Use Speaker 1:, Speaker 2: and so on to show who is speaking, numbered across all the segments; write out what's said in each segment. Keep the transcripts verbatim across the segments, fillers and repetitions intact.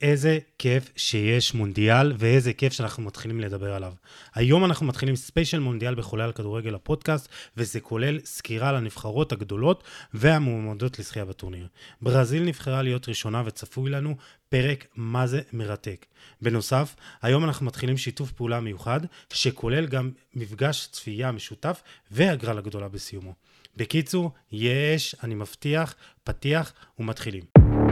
Speaker 1: איזה כיף שיש מונדיאל, ואיזה כיף שאנחנו מתחילים לדבר עליו. היום אנחנו מתחילים ספיישל מונדיאל בחולה על כדורגל הפודקאסט, וזה כולל סקירה לנבחרות הגדולות והמועמדות לזכייה בטורניר. ברזיל נבחרה להיות ראשונה וצפוי לנו פרק מה זה מרתק. בנוסף, היום אנחנו מתחילים שיתוף פעולה מיוחד, שכולל גם מפגש צפייה משותף והגרלה גדולה בסיומו. בקיצור, יש, אני מבטיח, פתיח ומתחילים.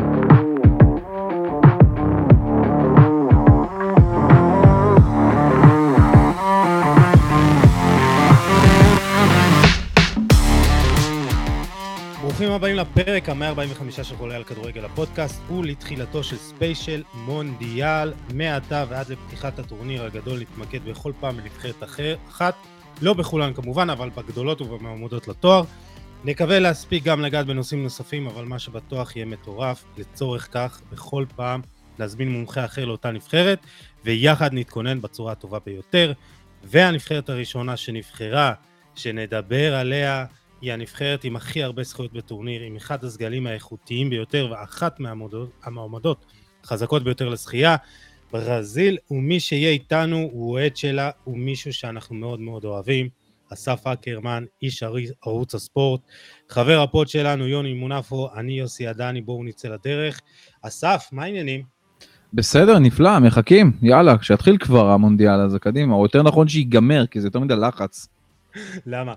Speaker 1: ברוכים הבאים לפרק ה-מאה ארבעים וחמש של חולה על כדורגל הפודקאסט, ולתחילתו של ספיישל מונדיאל. מעתה ועד לפתיחת הטורניר הגדול נתמקד בכל פעם בנבחרת אחת, לא בכולן כמובן, אבל בגדולות ובמעמדות לתואר. נקווה להספיק גם לגעת בנושאים נוספים, אבל מה שבטוח יהיה מטורף. לצורך כך, בכל פעם להזמין מומחה אחר לאותה נבחרת, ויחד נתכונן בצורה הטובה ביותר. והנבחרת הראשונה שנבחרה, שנדבר עליה, היא הנבחרת עם הכי הרבה זכויות בטורניר, עם אחד הסגלים האיכותיים ביותר, ואחת מהמועמדות חזקות ביותר לזכייה. ברזיל, ומי שיהיה איתנו הוא אוהד שלה, הוא מישהו שאנחנו מאוד מאוד אוהבים, אסף אקרמן, איש ערוץ הספורט, חבר הפוד שלנו יוני מונפו, אני יוסי עדני, בואו נצא לדרך. אסף, מה העניינים?
Speaker 2: בסדר, נפלא, מחכים, יאללה, כשהתחיל כבר המונדיאל הזה, קדימה, או יותר נכון שיגמר, כי זה יותר מדי לחץ.
Speaker 1: למה?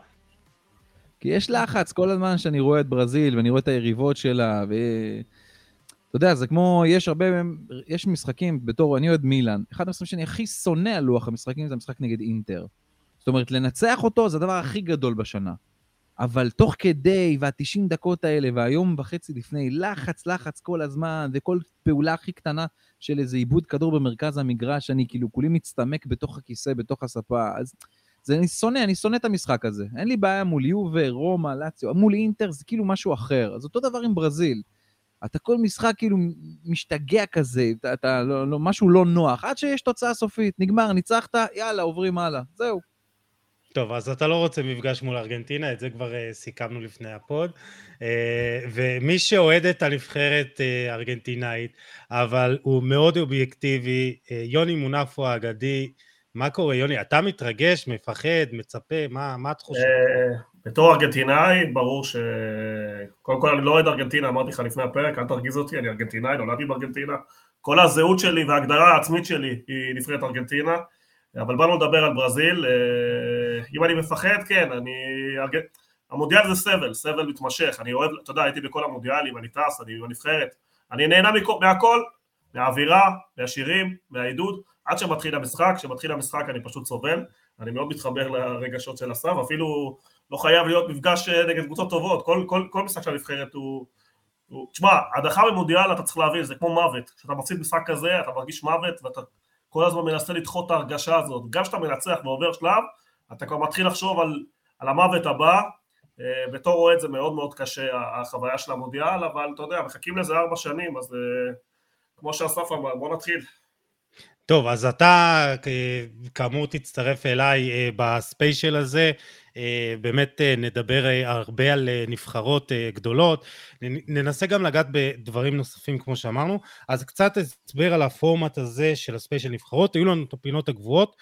Speaker 2: כי יש לחץ כל הזמן שאני רואה את ברזיל, ואני רואה את היריבות שלה, ואתה יודע, זה כמו, יש הרבה, יש משחקים, בתור, אני אוהד מילאן, אחד המשחקים שאני הכי שונא על לוח המשחקים, זה המשחק נגד אינטר. זאת אומרת, לנצח אותו זה הדבר הכי גדול בשנה. אבל תוך כדי, וה-תשעים דקות האלה, והיום וחצי לפני, לחץ, לחץ כל הזמן, וכל פעולה הכי קטנה של איזה איבוד כדור במרכז המגרש, אני כאילו כולי מצטמק בתוך הכיסא, בתוך הספה, אז זה אני שונא, אני שונא את המשחק הזה. אין לי בעיה מול יובה, רומא, לאציו, מול אינטר זה כאילו משהו אחר. אז אותו דבר עם ברזיל. אתה כל משחק כאילו משתגע כזה, אתה, אתה, לא, לא, משהו לא נוח, עד שיש תוצאה סופית, נגמר, ניצחת, יאללה, עוברים הלאה, זהו.
Speaker 1: טוב, אז אתה לא רוצה מפגש מול ארגנטינה, את זה כבר uh, סיכמנו לפני הפוד, uh, ומי שאוהד את הנבחרת uh, ארגנטינאית, אבל הוא מאוד אובייקטיבי, uh, יוני מונפו האגדי. מה קורה יוני? אתה מתרגש, מפחד, מצפה, מה, מה את חושבת?
Speaker 3: בתור ארגנטינאי, ברור ש... קודם כל אני לא אוהד ארגנטינה, אמרתי לך לפני הפרק, אל תרגיז אותי, אני ארגנטינאי, נולדתי בארגנטינה, כל הזהות שלי וההגדרה העצמית שלי היא נבחרת ארגנטינה, אבל באנו לדבר על ברזיל. אם אני מפחד, כן, אני... המונדיאל זה סבל, סבל מתמשך, אני אוהב, אתה יודע, הייתי בכל המונדיאלים, אני טס, אני בנבחרת, אני נהנה מהכל, מהאווירה, מהשירים, מהעידוד, עד שמתחיל המשחק, שמתחיל המשחק אני פשוט סובל, אני מאוד מתחבר לרגשות של הסף, אפילו לא חייב להיות מפגש נגד קבוצות טובות, כל, כל, כל משחק של הנבחרת הוא... הוא... תשמע, הדחה במונדיאל אתה צריך להבין, זה כמו מוות, כשאתה מפסיד משחק כזה, אתה מרגיש מוות, ואתה כל הזמן מנסה לדחות את ההרגשה הזאת, גם כשאתה מנצח ועובר שלב, אתה כבר מתחיל לחשוב על, על המוות הבא, בתור אוהד זה מאוד מאוד קשה, החוויה של המונדיאל, אבל אתה יודע, מחכים לזה ארבע שנים, אז כמו שאסף אמר, בוא נתחיל.
Speaker 1: טוב, אז אתה כאמור תצטרף אליי בספיישל הזה, באמת נדבר הרבה על נבחרות גדולות, ננסה גם לגעת בדברים נוספים כמו שאמרנו, אז קצת אסבר על הפורמט הזה של הספיישל נבחרות, היו לנו את הפינות הגבוהות,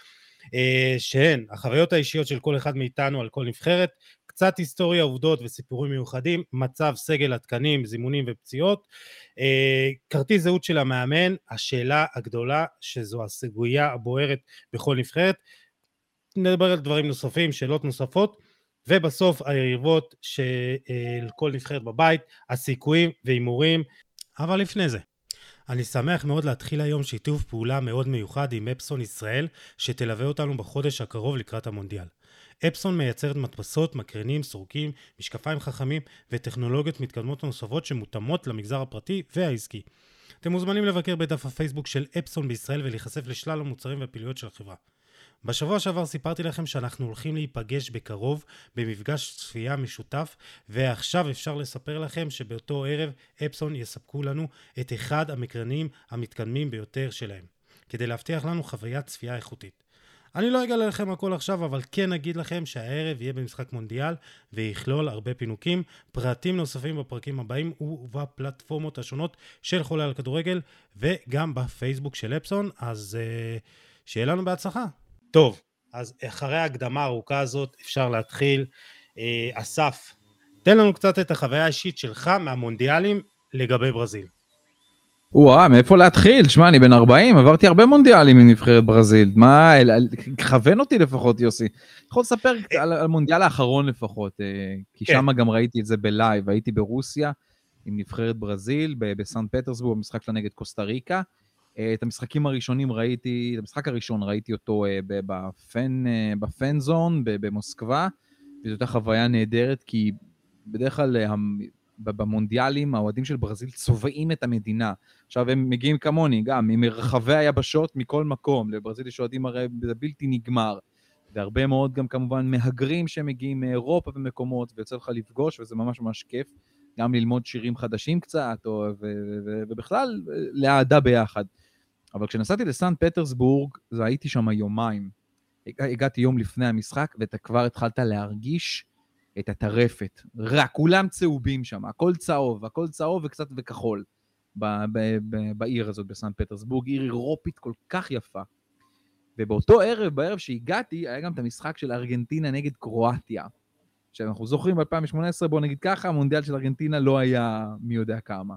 Speaker 1: שהן החוויות האישיות של כל אחד מאיתנו על כל נבחרת, קצת היסטוריה, עובדות וסיפורים מיוחדים, מצב סגל התקנים, זימונים ופציעות, כרטיס זהות של המאמן, השאלה הגדולה שזו הסוגיה הבוערת בכל נבחרת, נדבר על דברים נוספים, שאלות נוספות, ובסוף היריבות של כל נבחרת בבית, הסיכויים והימורים, אבל לפני זה. אני שמח מאוד להתחיל היום שיתוף פעולה מאוד מיוחד עם אפסון ישראל, שתלווה אותנו בחודש הקרוב לקראת המונדיאל. אפסון מייצרת מדפסות, מקרנים, סורקים, משקפיים חכמים וטכנולוגיות מתקדמות נוספות שמותאמות למגזר הפרטי והעסקי. אתם מוזמנים לבקר בדף הפייסבוק של אפסון בישראל ולהיחשף לשלל המוצרים והפעילויות של החברה. בשבוע שעבר סיפרתי לכם שאנחנו הולכים להיפגש בקרוב במפגש צפייה משותף, ועכשיו אפשר לספר לכם שבאותו ערב אפסון יספקו לנו את אחד המקרנים המתקדמים ביותר שלהם, כדי להבטיח לנו חוויית צפייה איכותית. אני לא אגלה לכם הכל עכשיו, אבל כן אגיד לכם שהערב יהיה במשחק מונדיאל, ויכלול הרבה פינוקים, פרטים נוספים בפרקים הבאים, ובפלטפורמות השונות של חולה על כדורגל, וגם בפייסבוק של אפסון, אז uh, שיהיה לנו בהצלחה. טוב, אז אחרי ההקדמה הארוכה הזאת, אפשר להתחיל. Uh, אסף, תן לנו קצת את החוויה האישית שלך מהמונדיאלים לגבי ברזיל.
Speaker 2: וואה, מאיפה להתחיל? שמע, אני בן ארבעים, עברתי הרבה מונדיאלים עם נבחרת ברזיל. מה, כוון אותי לפחות, יוסי. יכול לספר על המונדיאל האחרון לפחות, כי שם גם ראיתי את זה בלייב. הייתי ברוסיה עם נבחרת ברזיל, בסן פטרסבורג, במשחק שלה נגד קוסטה ריקה. את המשחקים הראשונים ראיתי, את המשחק הראשון ראיתי אותו בפן, בפן זון, במוסקבה, וזו הייתה חוויה נהדרת, כי בדרך כלל במונדיאלים, האוהדים של ברזיל צובעים את המדינה. עכשיו הם מגיעים כמוני, גם ממרחבי היבשות מכל מקום. לברזיל יש אוהדים הרי זה בלתי נגמר. והרבה מאוד גם כמובן מהגרים שמגיעים מאירופה ומקומות, ויוצא לך לפגוש, וזה ממש ממש כיף. גם ללמוד שירים חדשים קצת, או, ו- ו- ו- ובכלל להעדה ביחד. אבל כשנסעתי לסן פטרסבורג, זה הייתי שם יומיים. הגעתי יום לפני המשחק, ואתה כבר התחלת להרגיש את הטרפת. רק, כולם צהובים שם, הכל צהוב, הכל צהוב וקצת וכחול ב- ב- ב- בעיר הזאת בסן פטרסבורג, עיר אירופית כל כך יפה. ובאותו ערב, בערב שהגעתי, היה גם את המשחק של ארגנטינה נגד קרואטיה. שאנחנו זוכרים ב-אלפיים שמונה עשרה, בואו נגיד ככה, המונדיאל של ארגנטינה לא היה מי יודע כמה.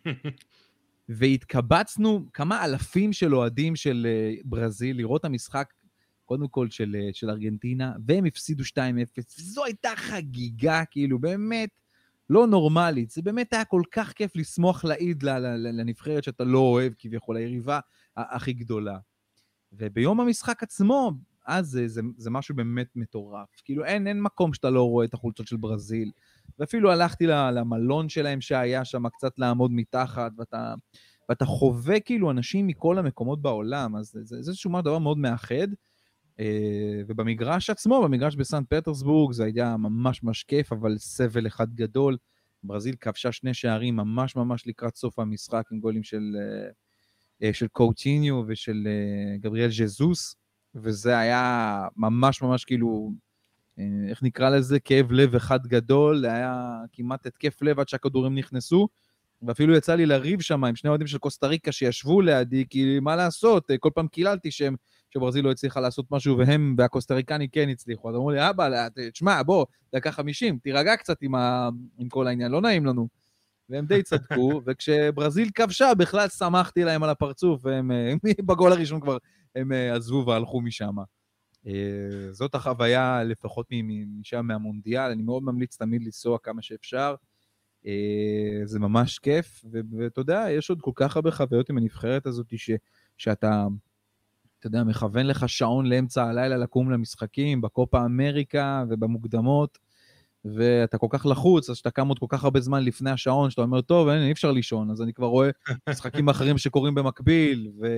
Speaker 2: והתקבצנו כמה אלפים של אוהדים של ברזיל, לראות המשחק, קודם כל של, של ארגנטינה, והם הפסידו שתיים אפס. זו הייתה חגיגה, כאילו, באמת לא נורמלית. זה באמת היה כל כך כיף לשמוח לעיד לנבחרת שאתה לא אוהב, כביכול, היריבה הכי גדולה. וביום המשחק עצמו, אז זה, זה, זה משהו באמת מטורף. כאילו, אין, אין מקום שאתה לא רואה את החולצות של ברזיל. ואפילו הלכתי למלון שלהם שהיה שם קצת לעמוד מתחת, ואתה, ואתה חווה כאילו אנשים מכל המקומות בעולם, אז זה, זה, זה איזשהו דבר מאוד מאחד. ובמגרש עצמו, במגרש בסן פטרסבורג, זה היה ממש ממש כיף, אבל סבל אחד גדול. ברזיל כבשה שני שערים ממש ממש לקראת סוף המשחק, עם גולים של, של קאוטיניו ושל גבריאל ז'זוס, וזה היה ממש ממש כאילו, איך נקרא לזה, כאב לב אחד גדול, היה כמעט התקף לב עד שהכדורים נכנסו, ואפילו יצא לי לריב שם עם שני אוהדים של קוסטה ריקה שישבו לידי, כי מה לעשות, כל פעם קיללתי שהם, שברזיל לא הצליחה לעשות משהו, והם והקוסטה ריקני כן הצליחו, אז אמרו לי, אבא, תשמע, בוא, דקה חמישים, תירגע קצת עם, ה... עם כל העניין, לא נעים לנו. והם די צדקו, וכשברזיל כבשה, בכלל שמחתי להם על הפרצוף, והם בגול הראשון כבר הם עזבו והלכו משם. זאת החוויה לפחות משם מהמונדיאל, אני מאוד ממליץ תמיד לנסוע כמה שאפשר, זה ממש כיף, ואתה יודע, יש עוד כל כך הרבה חוויות עם הנבחרת הזאת, ש, שאתה, אתה יודע, מכוון לך שעון לאמצע הלילה לקום למשחקים, בקופה אמריקה ובמוקדמות, ואתה כל כך לחוץ, אז שאתה קם עוד כל כך הרבה זמן לפני השעון, שאתה אומר, טוב, אין, אי אפשר לישון, אז אני כבר רואה משחקים אחרים שקורים במקביל, ו...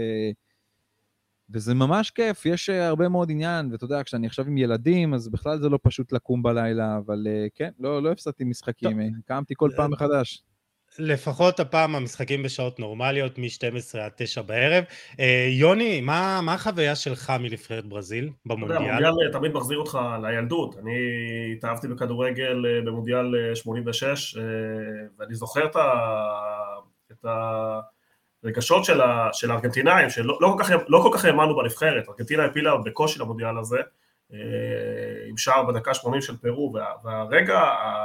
Speaker 2: וזה ממש כיף, יש הרבה מאוד עניין, ואתה יודע, כשאני עכשיו עם ילדים, אז בכלל זה לא פשוט לקום בלילה, אבל כן, לא, לא הפסדתי משחקים, קמתי כל פעם מחדש.
Speaker 1: לפחות הפעם המשחקים בשעות נורמליות, מ-שתים עשרה עד תשע בערב. יוני, מה, מה החוויה שלך מנבחרת ברזיל במונדיאל?
Speaker 3: המונדיאל תמיד מחזיר אותך לילדות. אני התאהבתי בכדורגל במונדיאל שמונים ושש, ואני זוכר את ה... את ה... רגשות של, ה, של הארגנטינאים, שלא לא כל כך, לא כל כך האמנו בנבחרת. ארגנטינה הפילה בקושי למונדיאל הזה, עם שער בדקה שמונים של פרו, וה, והרגע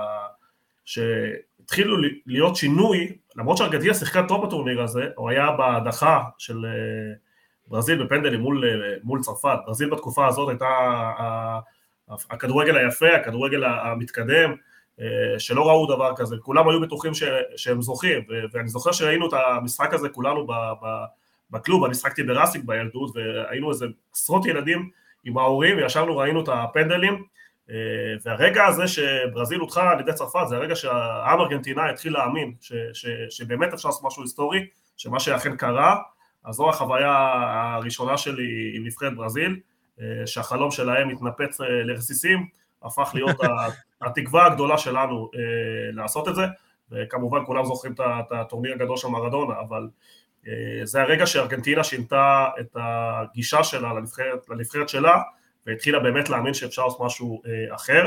Speaker 3: שהתחילו להיות שינוי, למרות שארגנטינה שיחקה טוב בטורניר הזה, הוא היה בהדחה של ברזיל בפנדלים מול, מול צרפת. ברזיל בתקופה הזאת הייתה הכדורגל היפה, הכדורגל המתקדם, שלא ראו דבר כזה, כולם היו בטוחים ש, שהם זוכים, ו, ואני זוכר שראינו את המשחק הזה כולנו ב, ב, בקלוב, אני שחקתי בראסיק בילדות, והיינו איזה עשרות ילדים עם ההורים, וישבנו ראינו את הפנדלים, והרגע הזה שברזיל הודחה על ידי צרפת, זה הרגע שהעם ארגנטינה התחיל להאמין, ש, ש, שבאמת אפשר לעשות משהו היסטורי, שמה שאכן קרה, אז זו החוויה הראשונה שלי עם נבחרת ברזיל, שהחלום שלהם התנפץ לרסיסים, הפך להיות התקווה הגדולה שלנו לעשות את זה, וכמובן כולם זוכרים את הטורניר הגדול של מרדונה, אבל זה הרגע שארגנטינה שינתה את הגישה שלה לנבחרת, לנבחרת שלה, והתחילה באמת להאמין שאפשר לעשות משהו אחר,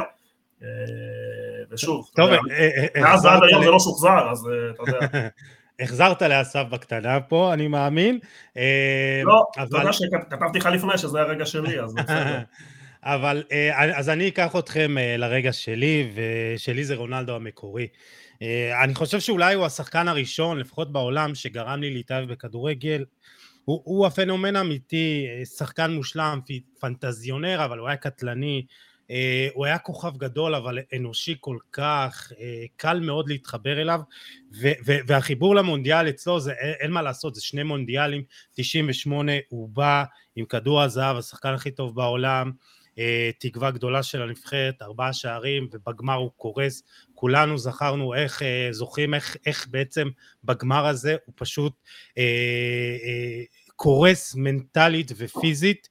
Speaker 3: ושוב, מאז עד היום זה לא שוחזר, אז אתה יודע.
Speaker 1: החזרת לאסף בקטנה פה, אני מאמין.
Speaker 3: לא, אתה יודע שכתבתי לך לפני שזה הרגע שלי, אז בסדר.
Speaker 1: אבל, אז אני אקח אתכם לרגע שלי, ושלי זה רונלדו המקורי. אני חושב שאולי הוא השחקן הראשון, לפחות בעולם, שגרם לי להתאהב בכדורגל. הוא, הוא הפנומן אמיתי, שחקן מושלם, פנטזיונר, אבל הוא היה קטלני. הוא היה כוכב גדול, אבל אנושי כל כך, קל מאוד להתחבר אליו, והחיבור למונדיאל אצלו, זה, אין מה לעשות, זה שני מונדיאלים, תשעים ושמונה, הוא בא עם כדור הזהב, השחקן הכי טוב בעולם, תקווה גדולה של הנבחרת, ארבעה שערים, ובגמר הוא קורס, כולנו זכרנו איך, זוכרים איך, איך בעצם בגמר הזה, הוא פשוט אה, אה, קורס מנטלית ופיזית,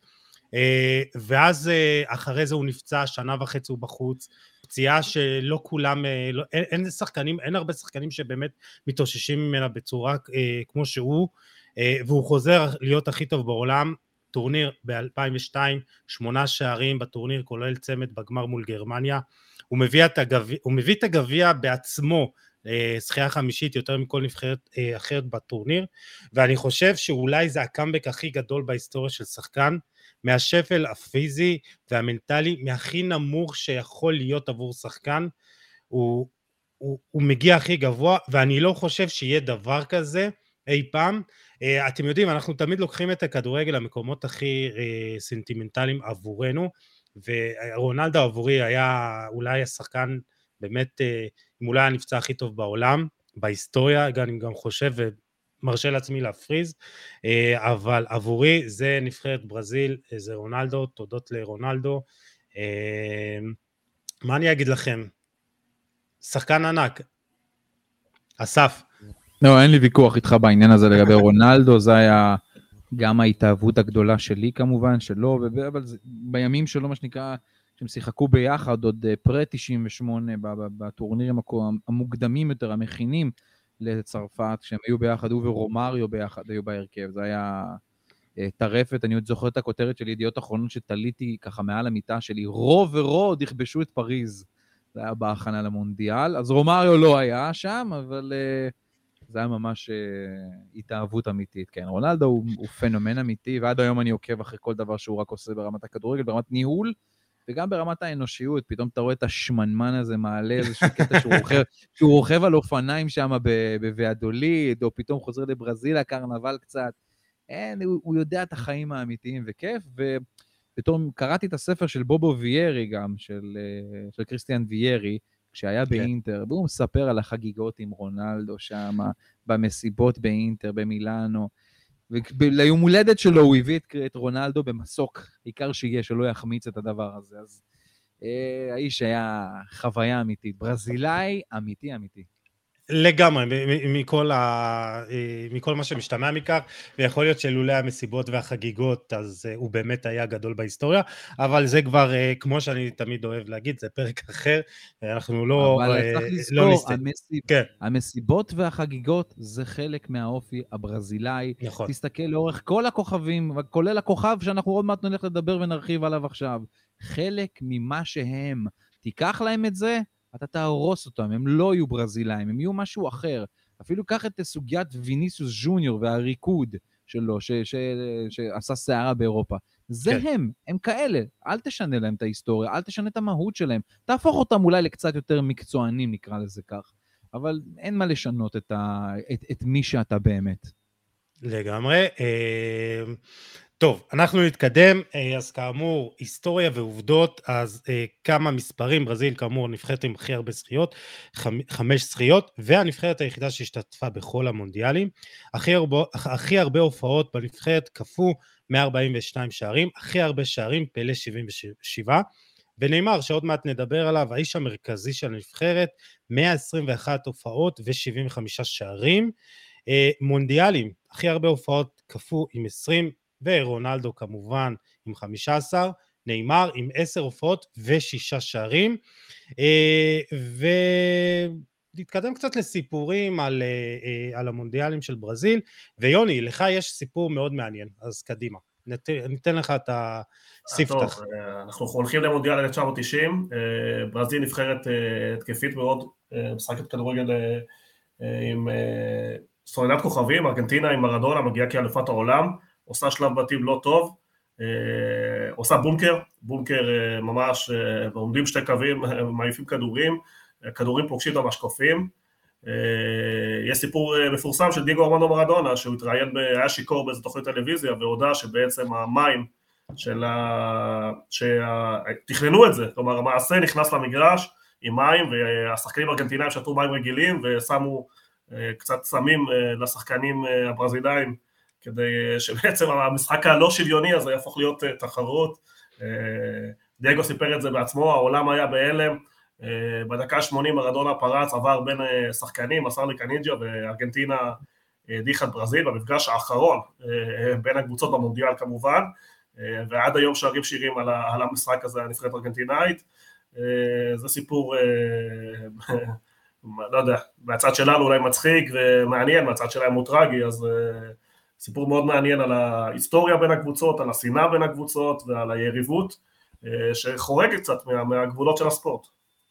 Speaker 1: ואז אחרי זה הוא נפצע, שנה וחצי הוא בחוץ, פציעה שלא כולם, לא, אין, אין שחקנים, אין הרבה שחקנים שבאמת מתאוששים ממנה בצורה אה, כמו שהוא, אה, והוא חוזר להיות הכי טוב בעולם, טורניר ב-אלפיים ושתיים, שמונה שערים בטורניר, כולל צמד בגמר מול גרמניה, הוא מביא את הגביע, הוא מביא את הגביע בעצמו, שחייה חמישית יותר מכל נבחרת אחרת בטורניר, ואני חושב שאולי זה הקאמבק הכי גדול בהיסטוריה של שחקן, מהשפל הפיזי והמנטלי, מהכי נמוך שיכול להיות עבור שחקן, הוא, הוא, הוא מגיע הכי גבוה, ואני לא חושב שיהיה דבר כזה אי פעם. אתם יודעים, אנחנו תמיד לוקחים את הכדורגל למקומות הכי סנטימנטליים עבורנו, ורונלדו עבורי היה אולי השחקן באמת, אם אולי הנפצע הכי טוב בעולם, בהיסטוריה, אני גם חושב ומרשה לעצמי להפריז, אבל עבורי זה נבחרת ברזיל, זה רונלדו, תודות לרונלדו. מה אני אגיד לכם? שחקן ענק. אסף.
Speaker 2: לא, אין לי ויכוח איתך בעניין הזה לגבי רונלדו, זה היה גם ההתאהבות הגדולה שלי כמובן, שלו, אבל בימים שלו מה שנקרא, שהם שיחקו ביחד עוד פרה תשעים ושמונה בטורנירים המוקדמים יותר, המכינים לצרפת, כשהם היו ביחד, הוא ורומריו ביחד היו בהרכב, זה היה טרפת, אני עוד זוכר את הכותרת של ידיעות אחרונות שתליתי ככה מעל המיטה שלי, רו ורו יכבשו את פריז, זה היה בהכנה למונדיאל, אז רומריו לא היה שם, אבל זה היה ממש התאהבות אמיתית, כן, רונלדו הוא, הוא פנומן אמיתי, ועד היום אני עוקב אחרי כל דבר שהוא רק עושה ברמת הכדורגל, ברמת ניהול, וגם ברמת האנושיות, פתאום אתה רואה את השמנמן הזה מעלה איזשהו קטע שהוא רוכב, שהוא רוכב על אופניים שם בוועדוליד, או פתאום חוזר לברזיל, הקרנבל קצת. אין, הוא, הוא יודע את החיים האמיתיים וכיף, ופתאום קראתי את הספר של בובו ויירי גם, של, של קריסטיאן ויירי, כשהיה באינטר, והוא מספר על החגיגות עם רונלדו שם, במסיבות באינטר, במילאנו, וליום הולדת שלו הוא הביא את רונלדו במסוק, עיקר שיהיה שלא יחמיץ את הדבר הזה, אז אה, האיש היה חוויה אמיתית, ברזילאי אמיתי אמיתי.
Speaker 1: לגמרי, מכל, ה... מכל מה שמשתמע מכך, ויכול להיות שלולא המסיבות והחגיגות, אז הוא באמת היה גדול בהיסטוריה, אבל זה כבר, כמו שאני תמיד אוהב להגיד, זה פרק אחר, אנחנו לא...
Speaker 2: אבל צריך לזכור, לא המסיב... כן. המסיבות והחגיגות זה חלק מהאופי הברזילאי, נכון. תסתכל לאורך כל הכוכבים, כולל הכוכב שאנחנו עוד מעט נלך לדבר ונרחיב עליו עכשיו, חלק ממה שהם, תיקח להם את זה, אתה תהרוס אותם, הם לא יהיו ברזילאים, הם יהיו משהו אחר. אפילו קח את סוגיית ויניסיוס ג'וניור והריקוד שלו, ש- ש- שעשה שערה באירופה. זה כן. הם, הם כאלה. אל תשנה להם את ההיסטוריה, אל תשנה את המהות שלהם. תהפוך אותם אולי לקצת יותר מקצוענים, נקרא לזה כך. אבל אין מה לשנות את, ה- את, את מי שאתה באמת.
Speaker 1: לגמרי. טוב, אנחנו נתקדם, אז כאמור, היסטוריה ועובדות, אז כמה מספרים, ברזיל כאמור נבחרת עם הכי הרבה זכיות, חמש זכיות, והנבחרת היחידה שהשתתפה בכל המונדיאלים, הכי הרבה, הכי הרבה הופעות בנבחרת כפו מאה ארבעים ושניים שערים, הכי הרבה שערים, פלא שבעים ושבע, ונאמר שעוד מעט נדבר עליו, האיש המרכזי של הנבחרת, מאה עשרים ואחת הופעות ו-שבעים וחמישה שערים, מונדיאלים, הכי הרבה הופעות כפו עם עשרים, ורונלדו כמובן עם חמישה עשר, ניימר עם עשר הופעות ושישה שערים, נתקדם קצת לסיפורים על, על המונדיאלים של ברזיל, ויוני, לך יש סיפור מאוד מעניין, אז קדימה, נת, ניתן לך את הספתח.
Speaker 3: טוב, אנחנו הולכים למונדיאל אלף תשע מאות תשעים, ברזיל נבחרת התקפית מאוד, משחקת כדורגל עם סוללת כוכבים, ארגנטינה עם מרדונה, מגיעה כאלופת העולם, עושה שלב בתים לא טוב, עושה בונקר, בונקר ממש, ועומדים שתי קווים, מעיפים כדורים, כדורים פוגשים את המשקופים. יש סיפור מפורסם של דיגו ארמנדו מרדונה, שהוא התראיין, היה שיקור באיזו תוכנית טלוויזיה, והודע שבעצם המים של ה... שתכננו את זה, כלומר המעשה נכנס למגרש עם מים, והשחקנים הארגנטינאים שתו מים רגילים, ושמו קצת סמים לשחקנים הברזילאים, כדי שבעצם המשחק הלא שוויוני הזה יהפוך להיות תחרות. דייגו סיפר את זה בעצמו, העולם היה בהלם, בדקה שמונים מרדונה פרץ, עבר בין שחקנים, מסר לקניג'ה, וארגנטינה הדיחה את ברזיל במפגש האחרון בין הקבוצות במונדיאל כמובן, ועד היום שרים שירים על המשחק הזה, הנבחרת ארגנטינאית. זה סיפור, לא יודע, מהצד שלנו אולי מצחיק ומעניין, מהצד שלהם הוא טרגי, אז סיפור מאוד מעניין על ההיסטוריה בין הקבוצות, על השנאה בין הקבוצות ועל היריבות, שחורגת קצת מהגבולות של הספורט.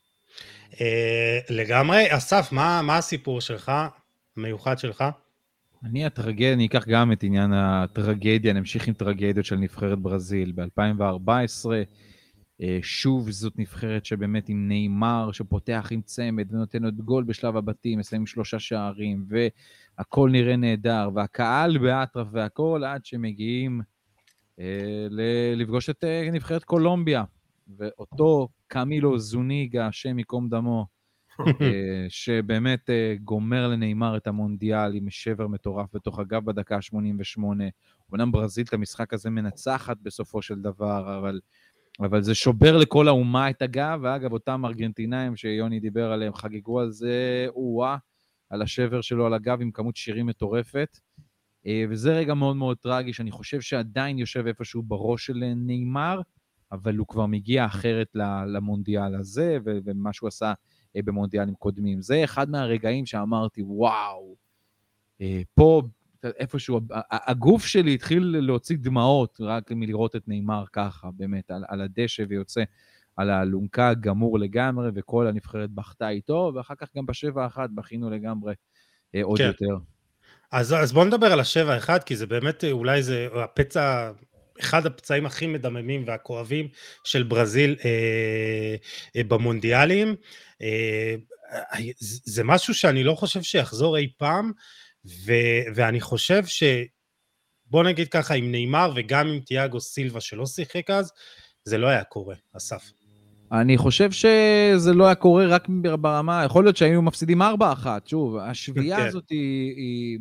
Speaker 1: לגמרי. אסף, מה, מה הסיפור שלך, המיוחד שלך?
Speaker 2: אני הטרגדיה, אני אקח גם את עניין הטרגדיה, נמשיך עם טרגדיות של נבחרת ברזיל. ב-אלפיים וארבע עשרה, שוב זאת נבחרת שבאמת עם ניימר, שפותח עם צמד ונותן עוד גול בשלב הבתים, מסיים שלושה שערים, והכל נראה נהדר, והקהל באטרף והכל, עד שמגיעים אה, לפגוש את אה, נבחרת קולומביה, ואותו קמילו זוניגה, השם יקום דמו, אה, שבאמת אה, גומר לניימר את המונדיאל עם שבר מטורף בתוך הגב בדקה ה-שמונים ושמונה. אומנם ברזיל את המשחק הזה מנצחת בסופו של דבר, אבל, אבל זה שובר לכל האומה את הגב, ואגב אותם ארגנטינאים שיוני דיבר עליהם חגגו על זה, וואה, על השבר שלו על הגב עם כמות שירים מטורפת, וזה רגע מאוד מאוד טרגי, שאני חושב שעדיין יושב איפשהו בראש של ניימר, אבל הוא כבר מגיע אחרת למונדיאל הזה, ומה שהוא עשה במונדיאלים קודמים. זה אחד מהרגעים שאמרתי, וואו, פה איפשהו, הגוף שלי התחיל להוציא דמעות, רק מלראות את ניימר ככה, באמת, על, על הדשא ויוצא על האלונקה גמור לגמרי, וכל הנבחרת בכתה איתו, ואחר כך גם בשבע אחת בכינו לגמרי עוד
Speaker 1: כן.
Speaker 2: יותר.
Speaker 1: אז, אז בואו נדבר על השבע אחד, כי זה באמת, אולי זה הפצע, אחד הפצעים הכי מדממים והכואבים של ברזיל אה, אה, במונדיאלים. אה, זה משהו שאני לא חושב שיחזור אי פעם, ו, ואני חושב ש... בוא נגיד ככה, עם ניימר וגם עם תיאגו סילבה שלא שיחק אז, זה לא היה קורה, אסף.
Speaker 2: אני חושב שזה לא היה קורה רק ברמה, יכול להיות שהיינו מפסידים ארבע אחת, שוב, השביעה הזאת היא, היא,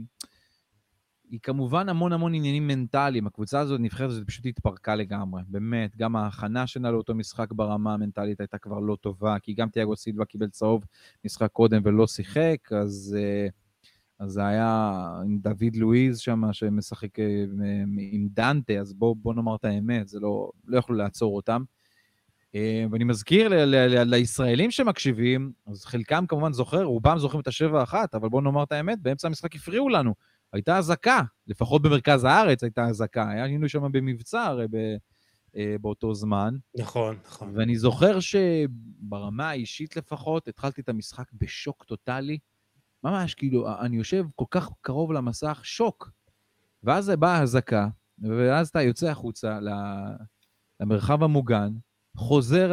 Speaker 2: היא כמובן המון המון עניינים מנטליים, הקבוצה הזאת נבחרת הזאת פשוט התפרקה לגמרי, באמת, גם ההכנה שלה לאותו משחק ברמה המנטלית הייתה כבר לא טובה, כי גם תיאגו סילבה קיבל צהוב משחק קודם ולא שיחק, אז... אז זה היה עם דוד לואיז שם, שמשחק עם דנטה, אז בוא, בוא נאמר את האמת, זה לא, לא יכלו לעצור אותם. ואני מזכיר ל- ל- ל- לישראלים שמקשיבים, אז חלקם כמובן זוכר, רובם זוכרים את השבע אחת, אבל בוא נאמר את האמת, באמצע המשחק הפריעו לנו, הייתה הזקה, לפחות במרכז הארץ הייתה הזקה, היה היינו שם במבצע הרי ב- באותו זמן.
Speaker 1: נכון, נכון.
Speaker 2: ואני זוכר שברמה האישית לפחות, התחלתי את המשחק בשוק טוטלי, ממש, כאילו, אני יושב כל כך קרוב למסך, שוק. ואז באה הזקה, ואז אתה יוצא החוצה למרחב המוגן, חוזר